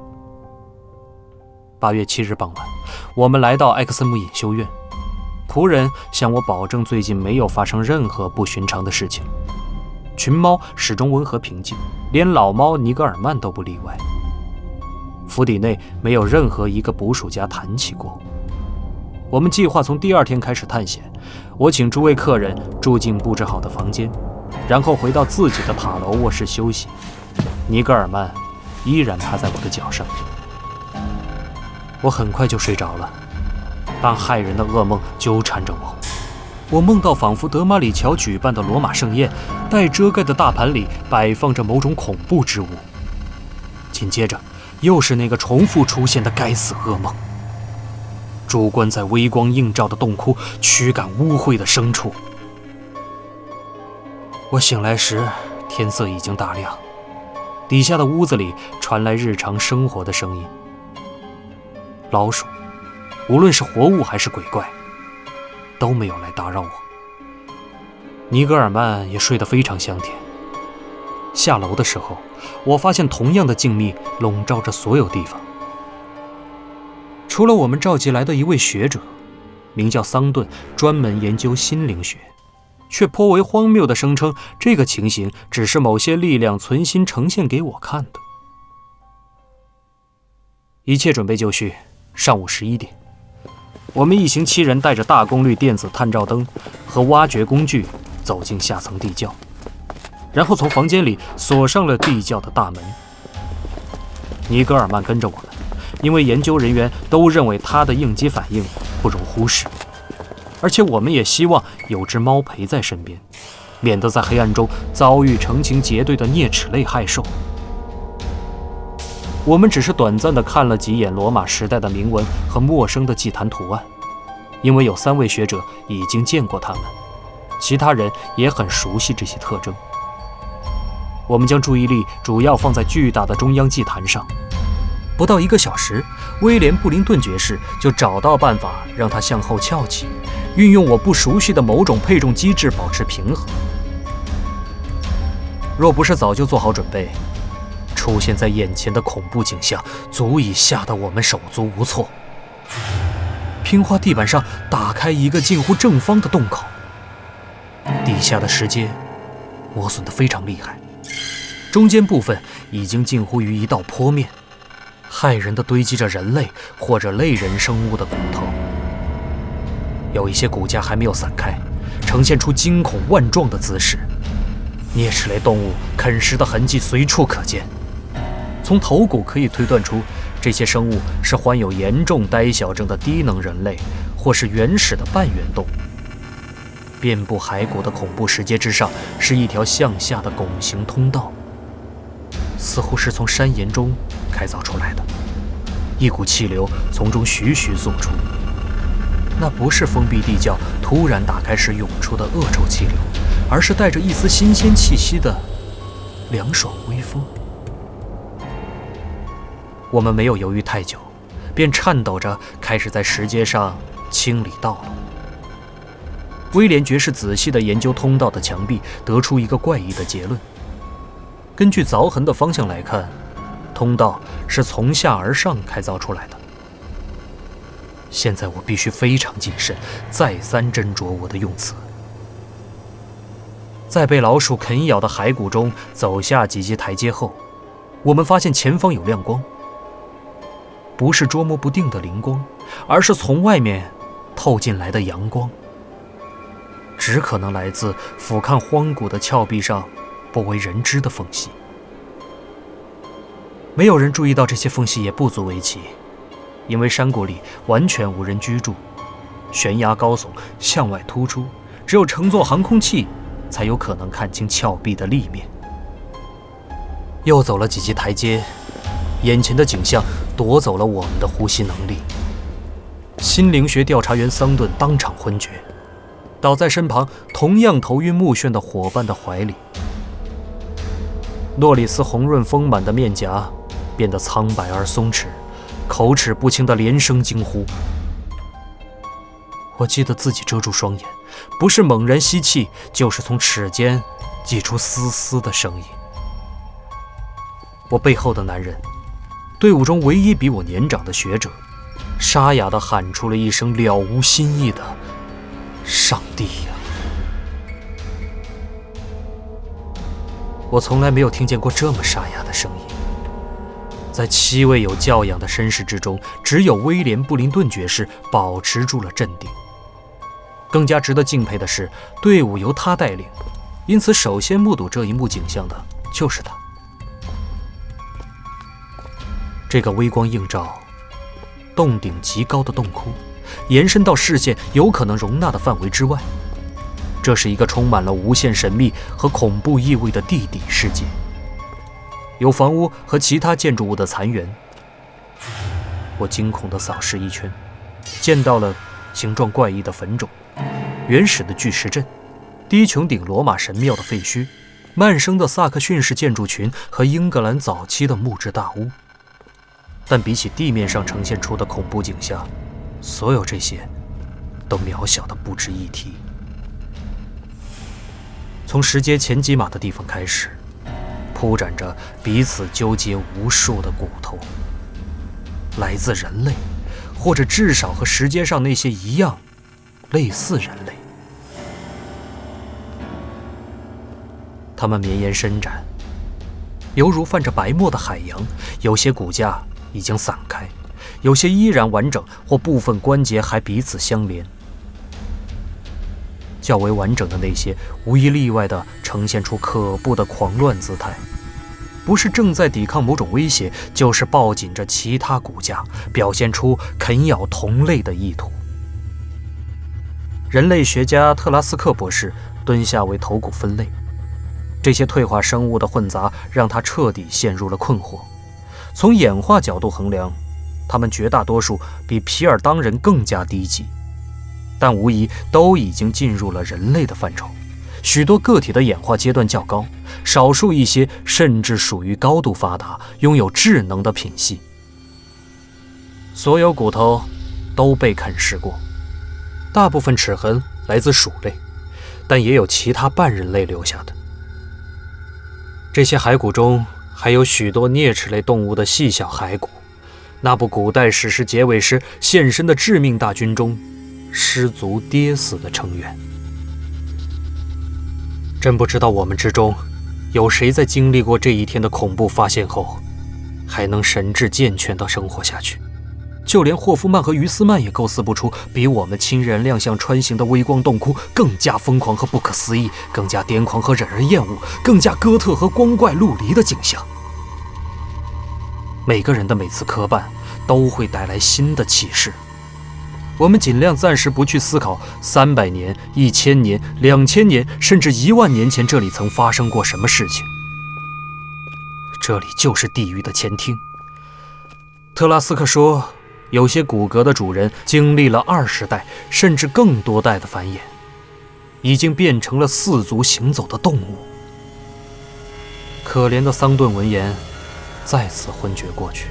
Speaker 3: 八月七日傍晚，我们来到埃克森姆隐修院，仆人向我保证最近没有发生任何不寻常的事情。群猫始终温和平静，连老猫尼格尔曼都不例外。府邸内没有任何一个捕鼠夹弹起过。我们计划从第二天开始探险，我请诸位客人住进布置好的房间，然后回到自己的塔楼卧室休息。尼格尔曼依然趴在我的脚上。我很快就睡着了，但骇人的噩梦纠缠着我。我梦到仿佛德马里桥举办的罗马盛宴，待遮盖的大盘里摆放着某种恐怖之物。紧接着又是那个重复出现的该死噩梦，主观在微光映照的洞窟，驱赶污秽的牲畜。我醒来时，天色已经大亮，底下的屋子里传来日常生活的声音。老鼠，无论是活物还是鬼怪，都没有来打扰我。尼格尔曼也睡得非常香甜。下楼的时候，我发现同样的静谧笼罩着所有地方。除了我们召集来的一位学者，名叫桑顿，专门研究心灵学，却颇为荒谬地声称这个情形只是某些力量存心呈现给我看的。一切准备就绪，上午十一点，我们一行七人带着大功率电子探照灯和挖掘工具走进下层地窖，然后从房间里锁上了地窖的大门。尼格尔曼跟着我们，因为研究人员都认为他的应激反应不容忽视，而且我们也希望有只猫陪在身边，免得在黑暗中遭遇成群结队的啮齿类害兽。我们只是短暂地看了几眼罗马时代的铭文和陌生的祭坛图案，因为有三位学者已经见过它们，其他人也很熟悉这些特征。我们将注意力主要放在巨大的中央祭坛上。不到一个小时，威廉·布林顿爵士就找到办法让它向后翘起， 运用我不熟悉的某种配重机制保持平衡。若不是早就做好准备，出现在眼前的恐怖景象足以吓得我们手足无措。拼花地板上打开一个近乎正方的洞口，底下的石阶磨损得非常厉害，中间部分已经近乎于一道坡面，骇人地堆积着人类或者类人生物的骨头，有一些骨架还没有散开，呈现出惊恐万状的姿势。啮齿类动物啃食的痕迹随处可见，从头骨可以推断出，这些生物是患有严重呆小症的低能人类，或是原始的半圆动物。遍布骸骨的恐怖石阶之上，是一条向下的拱形通道，似乎是从山岩中开凿出来的。一股气流从中徐徐送出，那不是封闭地窖突然打开时涌出的恶臭气流，而是带着一丝新鲜气息的凉爽微风。我们没有犹豫太久，便颤抖着开始在石阶上清理道路。威廉爵士仔细地研究通道的墙壁，得出一个怪异的结论。根据凿痕的方向来看，通道是从下而上开凿出来的。现在我必须非常谨慎，再三斟酌我的用词。在被老鼠啃咬的骸骨中走下几级台阶后，我们发现前方有亮光，不是捉摸不定的灵光，而是从外面透进来的阳光，只可能来自俯瞰荒谷的峭壁上不为人知的缝隙。没有人注意到这些缝隙也不足为奇，因为山谷里完全无人居住，悬崖高耸，向外突出，只有乘坐航空器才有可能看清峭壁的立面。又走了几级台阶，眼前的景象夺走了我们的呼吸能力。心灵学调查员桑顿当场昏厥，倒在身旁同样头晕目眩的伙伴的怀里。诺里斯红润丰满的面颊变得苍白而松弛，口齿不清的连声惊呼。我记得自己遮住双眼，不是猛然吸气，就是从齿间挤出嘶嘶的声音。我背后的男人，队伍中唯一比我年长的学者，沙哑地喊出了一声了无新意的上帝呀！我从来没有听见过这么沙哑的声音。在七位有教养的绅士之中，只有威廉·布林顿爵士保持住了镇定。更加值得敬佩的是，队伍由他带领，因此首先目睹这一幕景象的就是他。这个微光映照洞顶极高的洞窟，延伸到视线有可能容纳的范围之外。这是一个充满了无限神秘和恐怖意味的地底世界，有房屋和其他建筑物的残垣。我惊恐地扫视一圈，见到了形状怪异的坟冢、原始的巨石阵、低穹顶罗马神庙的废墟、曼生的萨克逊式建筑群和英格兰早期的木质大屋。但比起地面上呈现出的恐怖景象，所有这些都渺小的不值一提。从石阶前几码的地方开始，铺展着彼此纠结无数的骨头，来自人类，或者至少和石阶上那些一样，类似人类。它们绵延伸展，犹如泛着白沫的海洋，有些骨架已经散开，有些依然完整，或部分关节还彼此相连。较为完整的那些，无一例外地呈现出可怖的狂乱姿态，不是正在抵抗某种威胁，就是抱紧着其他骨架，表现出啃咬同类的意图。人类学家特拉斯克博士蹲下为头骨分类，这些退化生物的混杂让他彻底陷入了困惑。从演化角度衡量，他们绝大多数比皮尔当人更加低级，但无疑都已经进入了人类的范畴。许多个体的演化阶段较高，少数一些甚至属于高度发达、拥有智能的品系。所有骨头都被啃食过， 大部分齿痕来自鼠类，但也有其他半人类留下的。这些骸骨中还有许多啮齿类动物的细小骸骨，那部古代史诗结尾时现身的致命大军中失足跌死的成员。真不知道我们之中有谁在经历过这一天的恐怖发现后还能神志健全地生活下去。就连霍夫曼和于斯曼也构思不出比我们亲人亮相穿行的微光洞窟更加疯狂和不可思议，更加癫狂和惹人厌恶，更加哥特和光怪陆离的景象。每个人的每次磕绊都会带来新的启示。我们尽量暂时不去思考三百年、一千年、两千年，甚至一万年前这里曾发生过什么事情。这里就是地狱的前厅。特拉斯克说，有些骨骼的主人经历了二十代甚至更多代的繁衍，已经变成了四足行走的动物。可怜的桑顿闻言再次昏厥过去。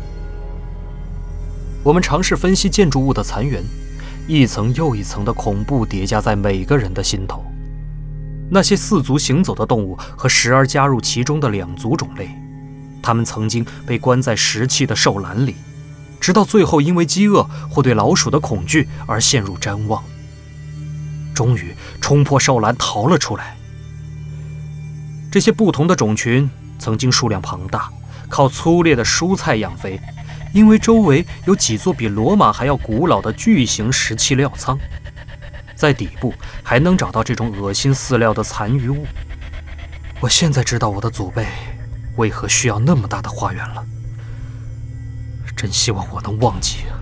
Speaker 3: 我们尝试分析建筑物的残垣，一层又一层的恐怖叠加在每个人的心头。那些四足行走的动物和时而加入其中的两足种类，它们曾经被关在石砌的兽栏里，直到最后因为饥饿或对老鼠的恐惧而陷入瞻望，终于冲破兽栏逃了出来。这些不同的种群曾经数量庞大，靠粗劣的蔬菜养肥，因为周围有几座比罗马还要古老的巨型石砌料仓，在底部还能找到这种恶心饲料的残余物。我现在知道我的祖辈为何需要那么大的花园了。真希望我能忘记啊。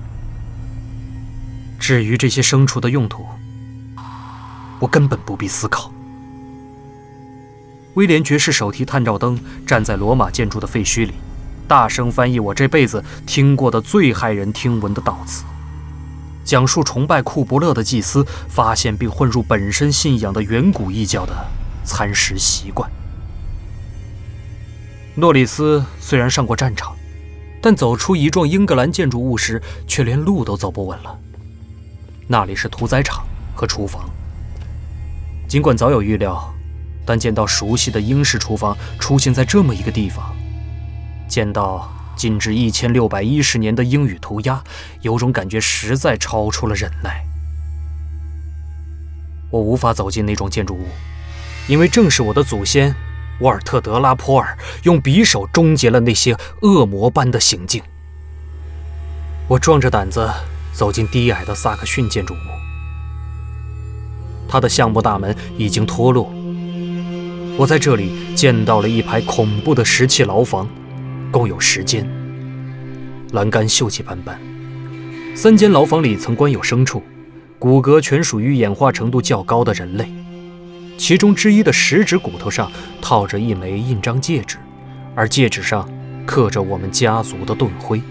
Speaker 3: 至于这些牲畜的用途，我根本不必思考。威廉爵士手提探照灯站在罗马建筑的废墟里，大声翻译我这辈子听过的最骇人听闻的悼词，讲述崇拜库伯勒的祭司发现并混入本身信仰的远古异教的餐食习惯。诺里斯虽然上过战场，但走出一幢英格兰建筑物时却连路都走不稳了。那里是屠宰场和厨房。尽管早有预料，但见到熟悉的英式厨房出现在这么一个地方，见到近至一千六百一十年的英语涂鸦，有种感觉实在超出了忍耐。我无法走进那种建筑物，因为正是我的祖先沃尔特·德拉波尔用匕首终结了那些恶魔般的行径。我壮着胆子走进低矮的萨克逊建筑物，它的橡木大门已经脱落。我在这里见到了一排恐怖的石砌牢房，共有十间，栏杆锈迹斑斑。三间牢房里曾关有牲畜，骨骼全属于演化程度较高的人类。其中之一的食指骨头上套着一枚印章戒指，而戒指上刻着我们家族的盾徽。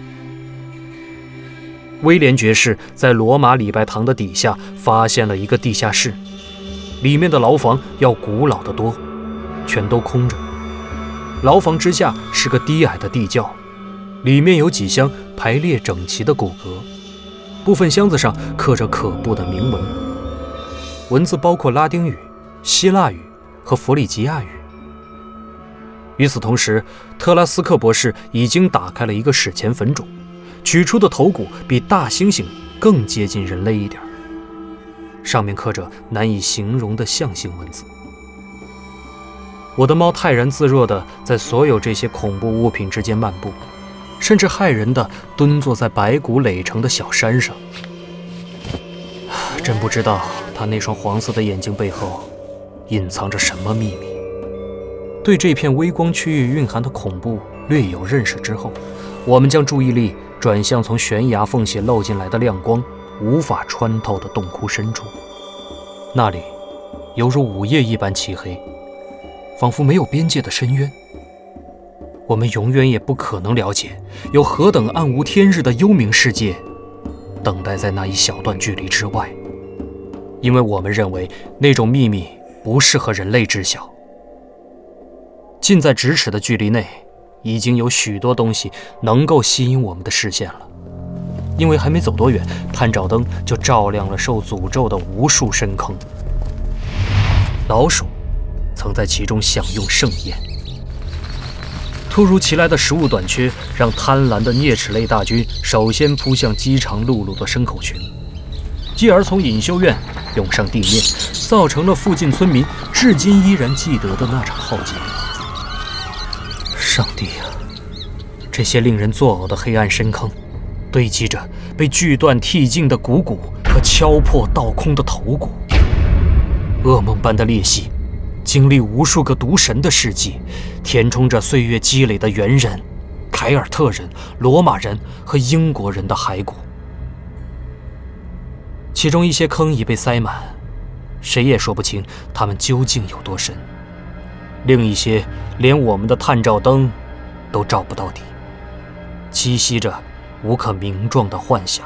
Speaker 3: 威廉爵士在罗马礼拜堂的底下发现了一个地下室，里面的牢房要古老得多，全都空着。牢房之下是个低矮的地窖，里面有几箱排列整齐的骨骼，部分箱子上刻着可怖的铭文，文字包括拉丁语、希腊语和弗里吉亚语。与此同时，特拉斯克博士已经打开了一个史前坟冢，取出的头骨比大猩猩更接近人类一点，上面刻着难以形容的象形文字。我的猫泰然自若地在所有这些恐怖物品之间漫步，甚至骇人地蹲坐在白骨垒成的小山上。真不知道他那双黄色的眼睛背后隐藏着什么秘密。对这片微光区域蕴含的恐怖略有认识之后，我们将注意力转向从悬崖缝隙漏进来的亮光无法穿透的洞窟深处。那里犹如午夜一般漆黑，仿佛没有边界的深渊。我们永远也不可能了解有何等暗无天日的幽冥世界等待在那一小段距离之外，因为我们认为那种秘密不适合人类知晓。近在咫尺的距离内，已经有许多东西能够吸引我们的视线了。 因为还没走多远，探照灯就照亮了受诅咒的无数深坑。老鼠曾在其中享用盛宴。突如其来的食物短缺，让贪婪的啮齿类大军首先扑向饥肠辘辘的牲口群，继而从隐修院涌上地面，造成了附近村民至今依然记得的那场浩劫。上帝啊，这些令人作呕的黑暗深坑，堆积着被锯断剔尽的股骨和敲破倒空的头骨。噩梦般的裂隙，经历无数个毒神的事迹，填充着岁月积累的猿人、凯尔特人、罗马人和英国人的骸骨。其中一些坑已被塞满，谁也说不清它们究竟有多深；另一些连我们的探照灯都照不到底，栖息着无可名状的幻想。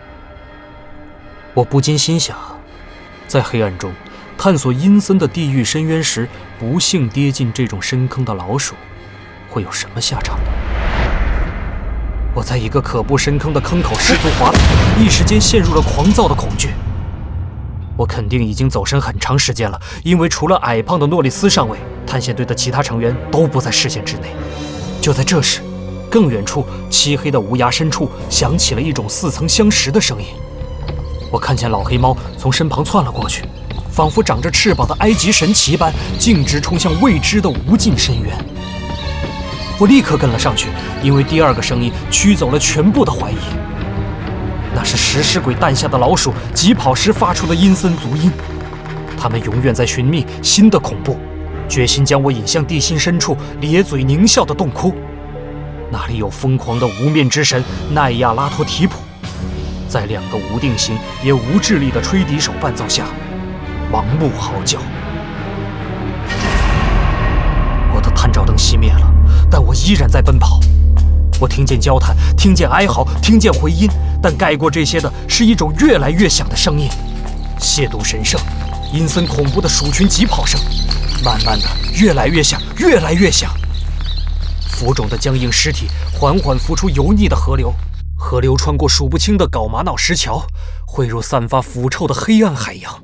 Speaker 3: 我不禁心想，在黑暗中探索阴森的地狱深渊时，不幸跌进这种深坑的老鼠会有什么下场呢？我在一个可怖深坑的坑口失足滑倒，一时间陷入了狂躁的恐惧。我肯定已经走神很长时间了，因为除了矮胖的诺里斯上尉，探险队的其他成员都不在视线之内。就在这时，更远处漆黑的无涯深处响起了一种似曾相识的声音。我看见老黑猫从身旁窜了过去，仿佛长着翅膀的埃及神奇般，径直冲向未知的无尽深渊。我立刻跟了上去，因为第二个声音驱走了全部的怀疑。那是食尸鬼诞下的老鼠疾跑时发出的阴森足音，它们永远在寻觅新的恐怖，决心将我引向地心深处咧嘴狞笑的洞窟。那里有疯狂的无面之神奈亚拉托提普，在两个无定型也无智力的吹笛手伴奏下盲目嚎叫。我的探照灯熄灭了，但我依然在奔跑。我听见交谈，听见哀嚎，听见回音，但盖过这些的是一种越来越响的声音，亵渎神圣、阴森恐怖的鼠群疾跑声，慢慢的越来越响，越来越响。浮肿的僵硬尸体缓缓浮出油腻的河流，河流穿过数不清的搞玛瑙石桥，汇入散发腐臭的黑暗海洋。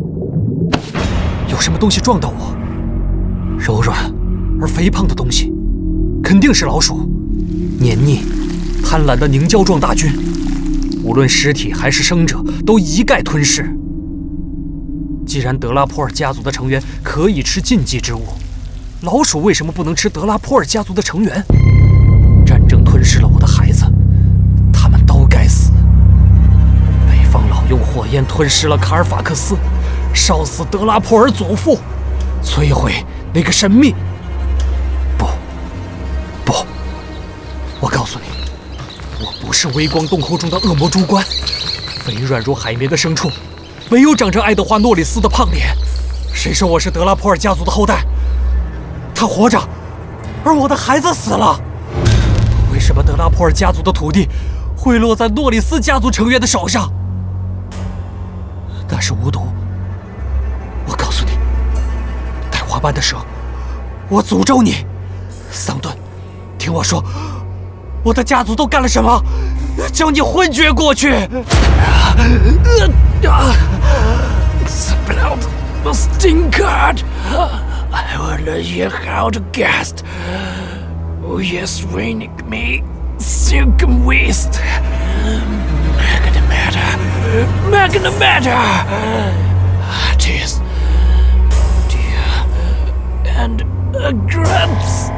Speaker 3: 有什么东西撞到我，柔软而肥胖的东西，肯定是老鼠。黏腻、贪婪的凝胶状大军，无论尸体还是生者，都一概吞噬。既然德拉波尔家族的成员可以吃禁忌之物，老鼠为什么不能吃德拉波尔家族的成员？战争吞噬了我的孩子，他们都该死。北方佬用火焰吞噬了卡尔法克斯，烧死德拉波尔祖父，摧毁那个神秘……不，不，我告诉你，我不是微光洞窟中的恶魔猪冠，肥软如海绵的牲畜，没有长着爱德华诺里斯的胖脸。谁说我是德拉波尔家族的后代？他活着，而我的孩子死了。为什么德拉波尔家族的土地会落在诺里斯家族成员的手上？那是巫毒。我告诉你，带花斑的蛇，我诅咒你。桑顿，听我说，我的家族都干了什么？叫你昏厥过去。Splout stinkard. I wonder here how to guest. Oh yes, raining me, silken waste. Magna matter, magna matter. Tears, dear, and a grabs,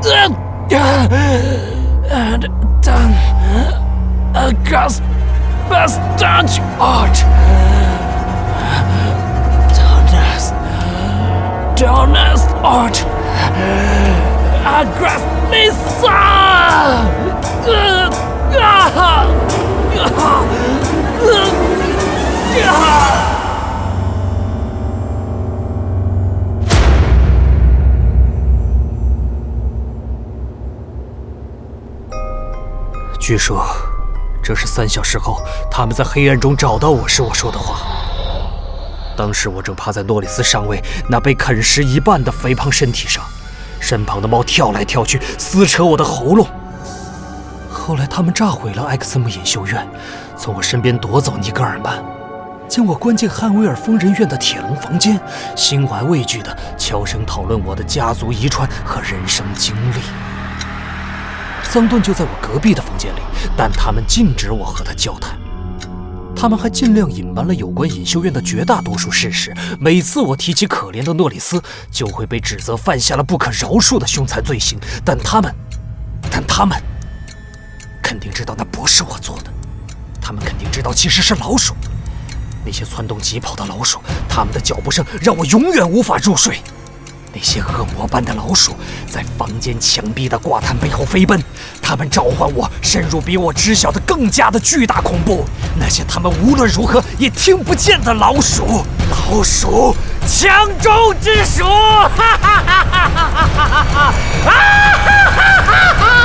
Speaker 3: and done a gasp, bastard art. Donest art, I grasp Lisa. 据说，这是三小时后他们在黑暗中找到我时我说的话。当时我正趴在诺里斯上尉那被啃食一半的肥胖身体上，身旁的猫跳来跳去，撕扯我的喉咙。 后来他们炸毁了艾克森姆隐修院，从我身边夺走尼格尔曼，将我关进汉威尔疯人院的铁笼房间，心怀畏惧地悄声讨论我的家族遗传和人生经历。桑顿就在我隔壁的房间里，但他们禁止我和他交谈。他们还尽量隐瞒了有关隐修院的绝大多数事实。每次我提起可怜的诺里斯，就会被指责犯下了不可饶恕的凶残罪行。但他们，但他们肯定知道那不是我做的。他们肯定知道其实是老鼠。那些窜动疾跑的老鼠，他们的脚步声让我永远无法入睡。那些恶魔般的老鼠在房间墙壁的挂毯背后飞奔，他们召唤我深入比我知晓的更加的巨大恐怖。那些他们无论如何也听不见的老鼠，老鼠，墙中之鼠！哈哈哈哈哈哈！啊哈哈哈哈！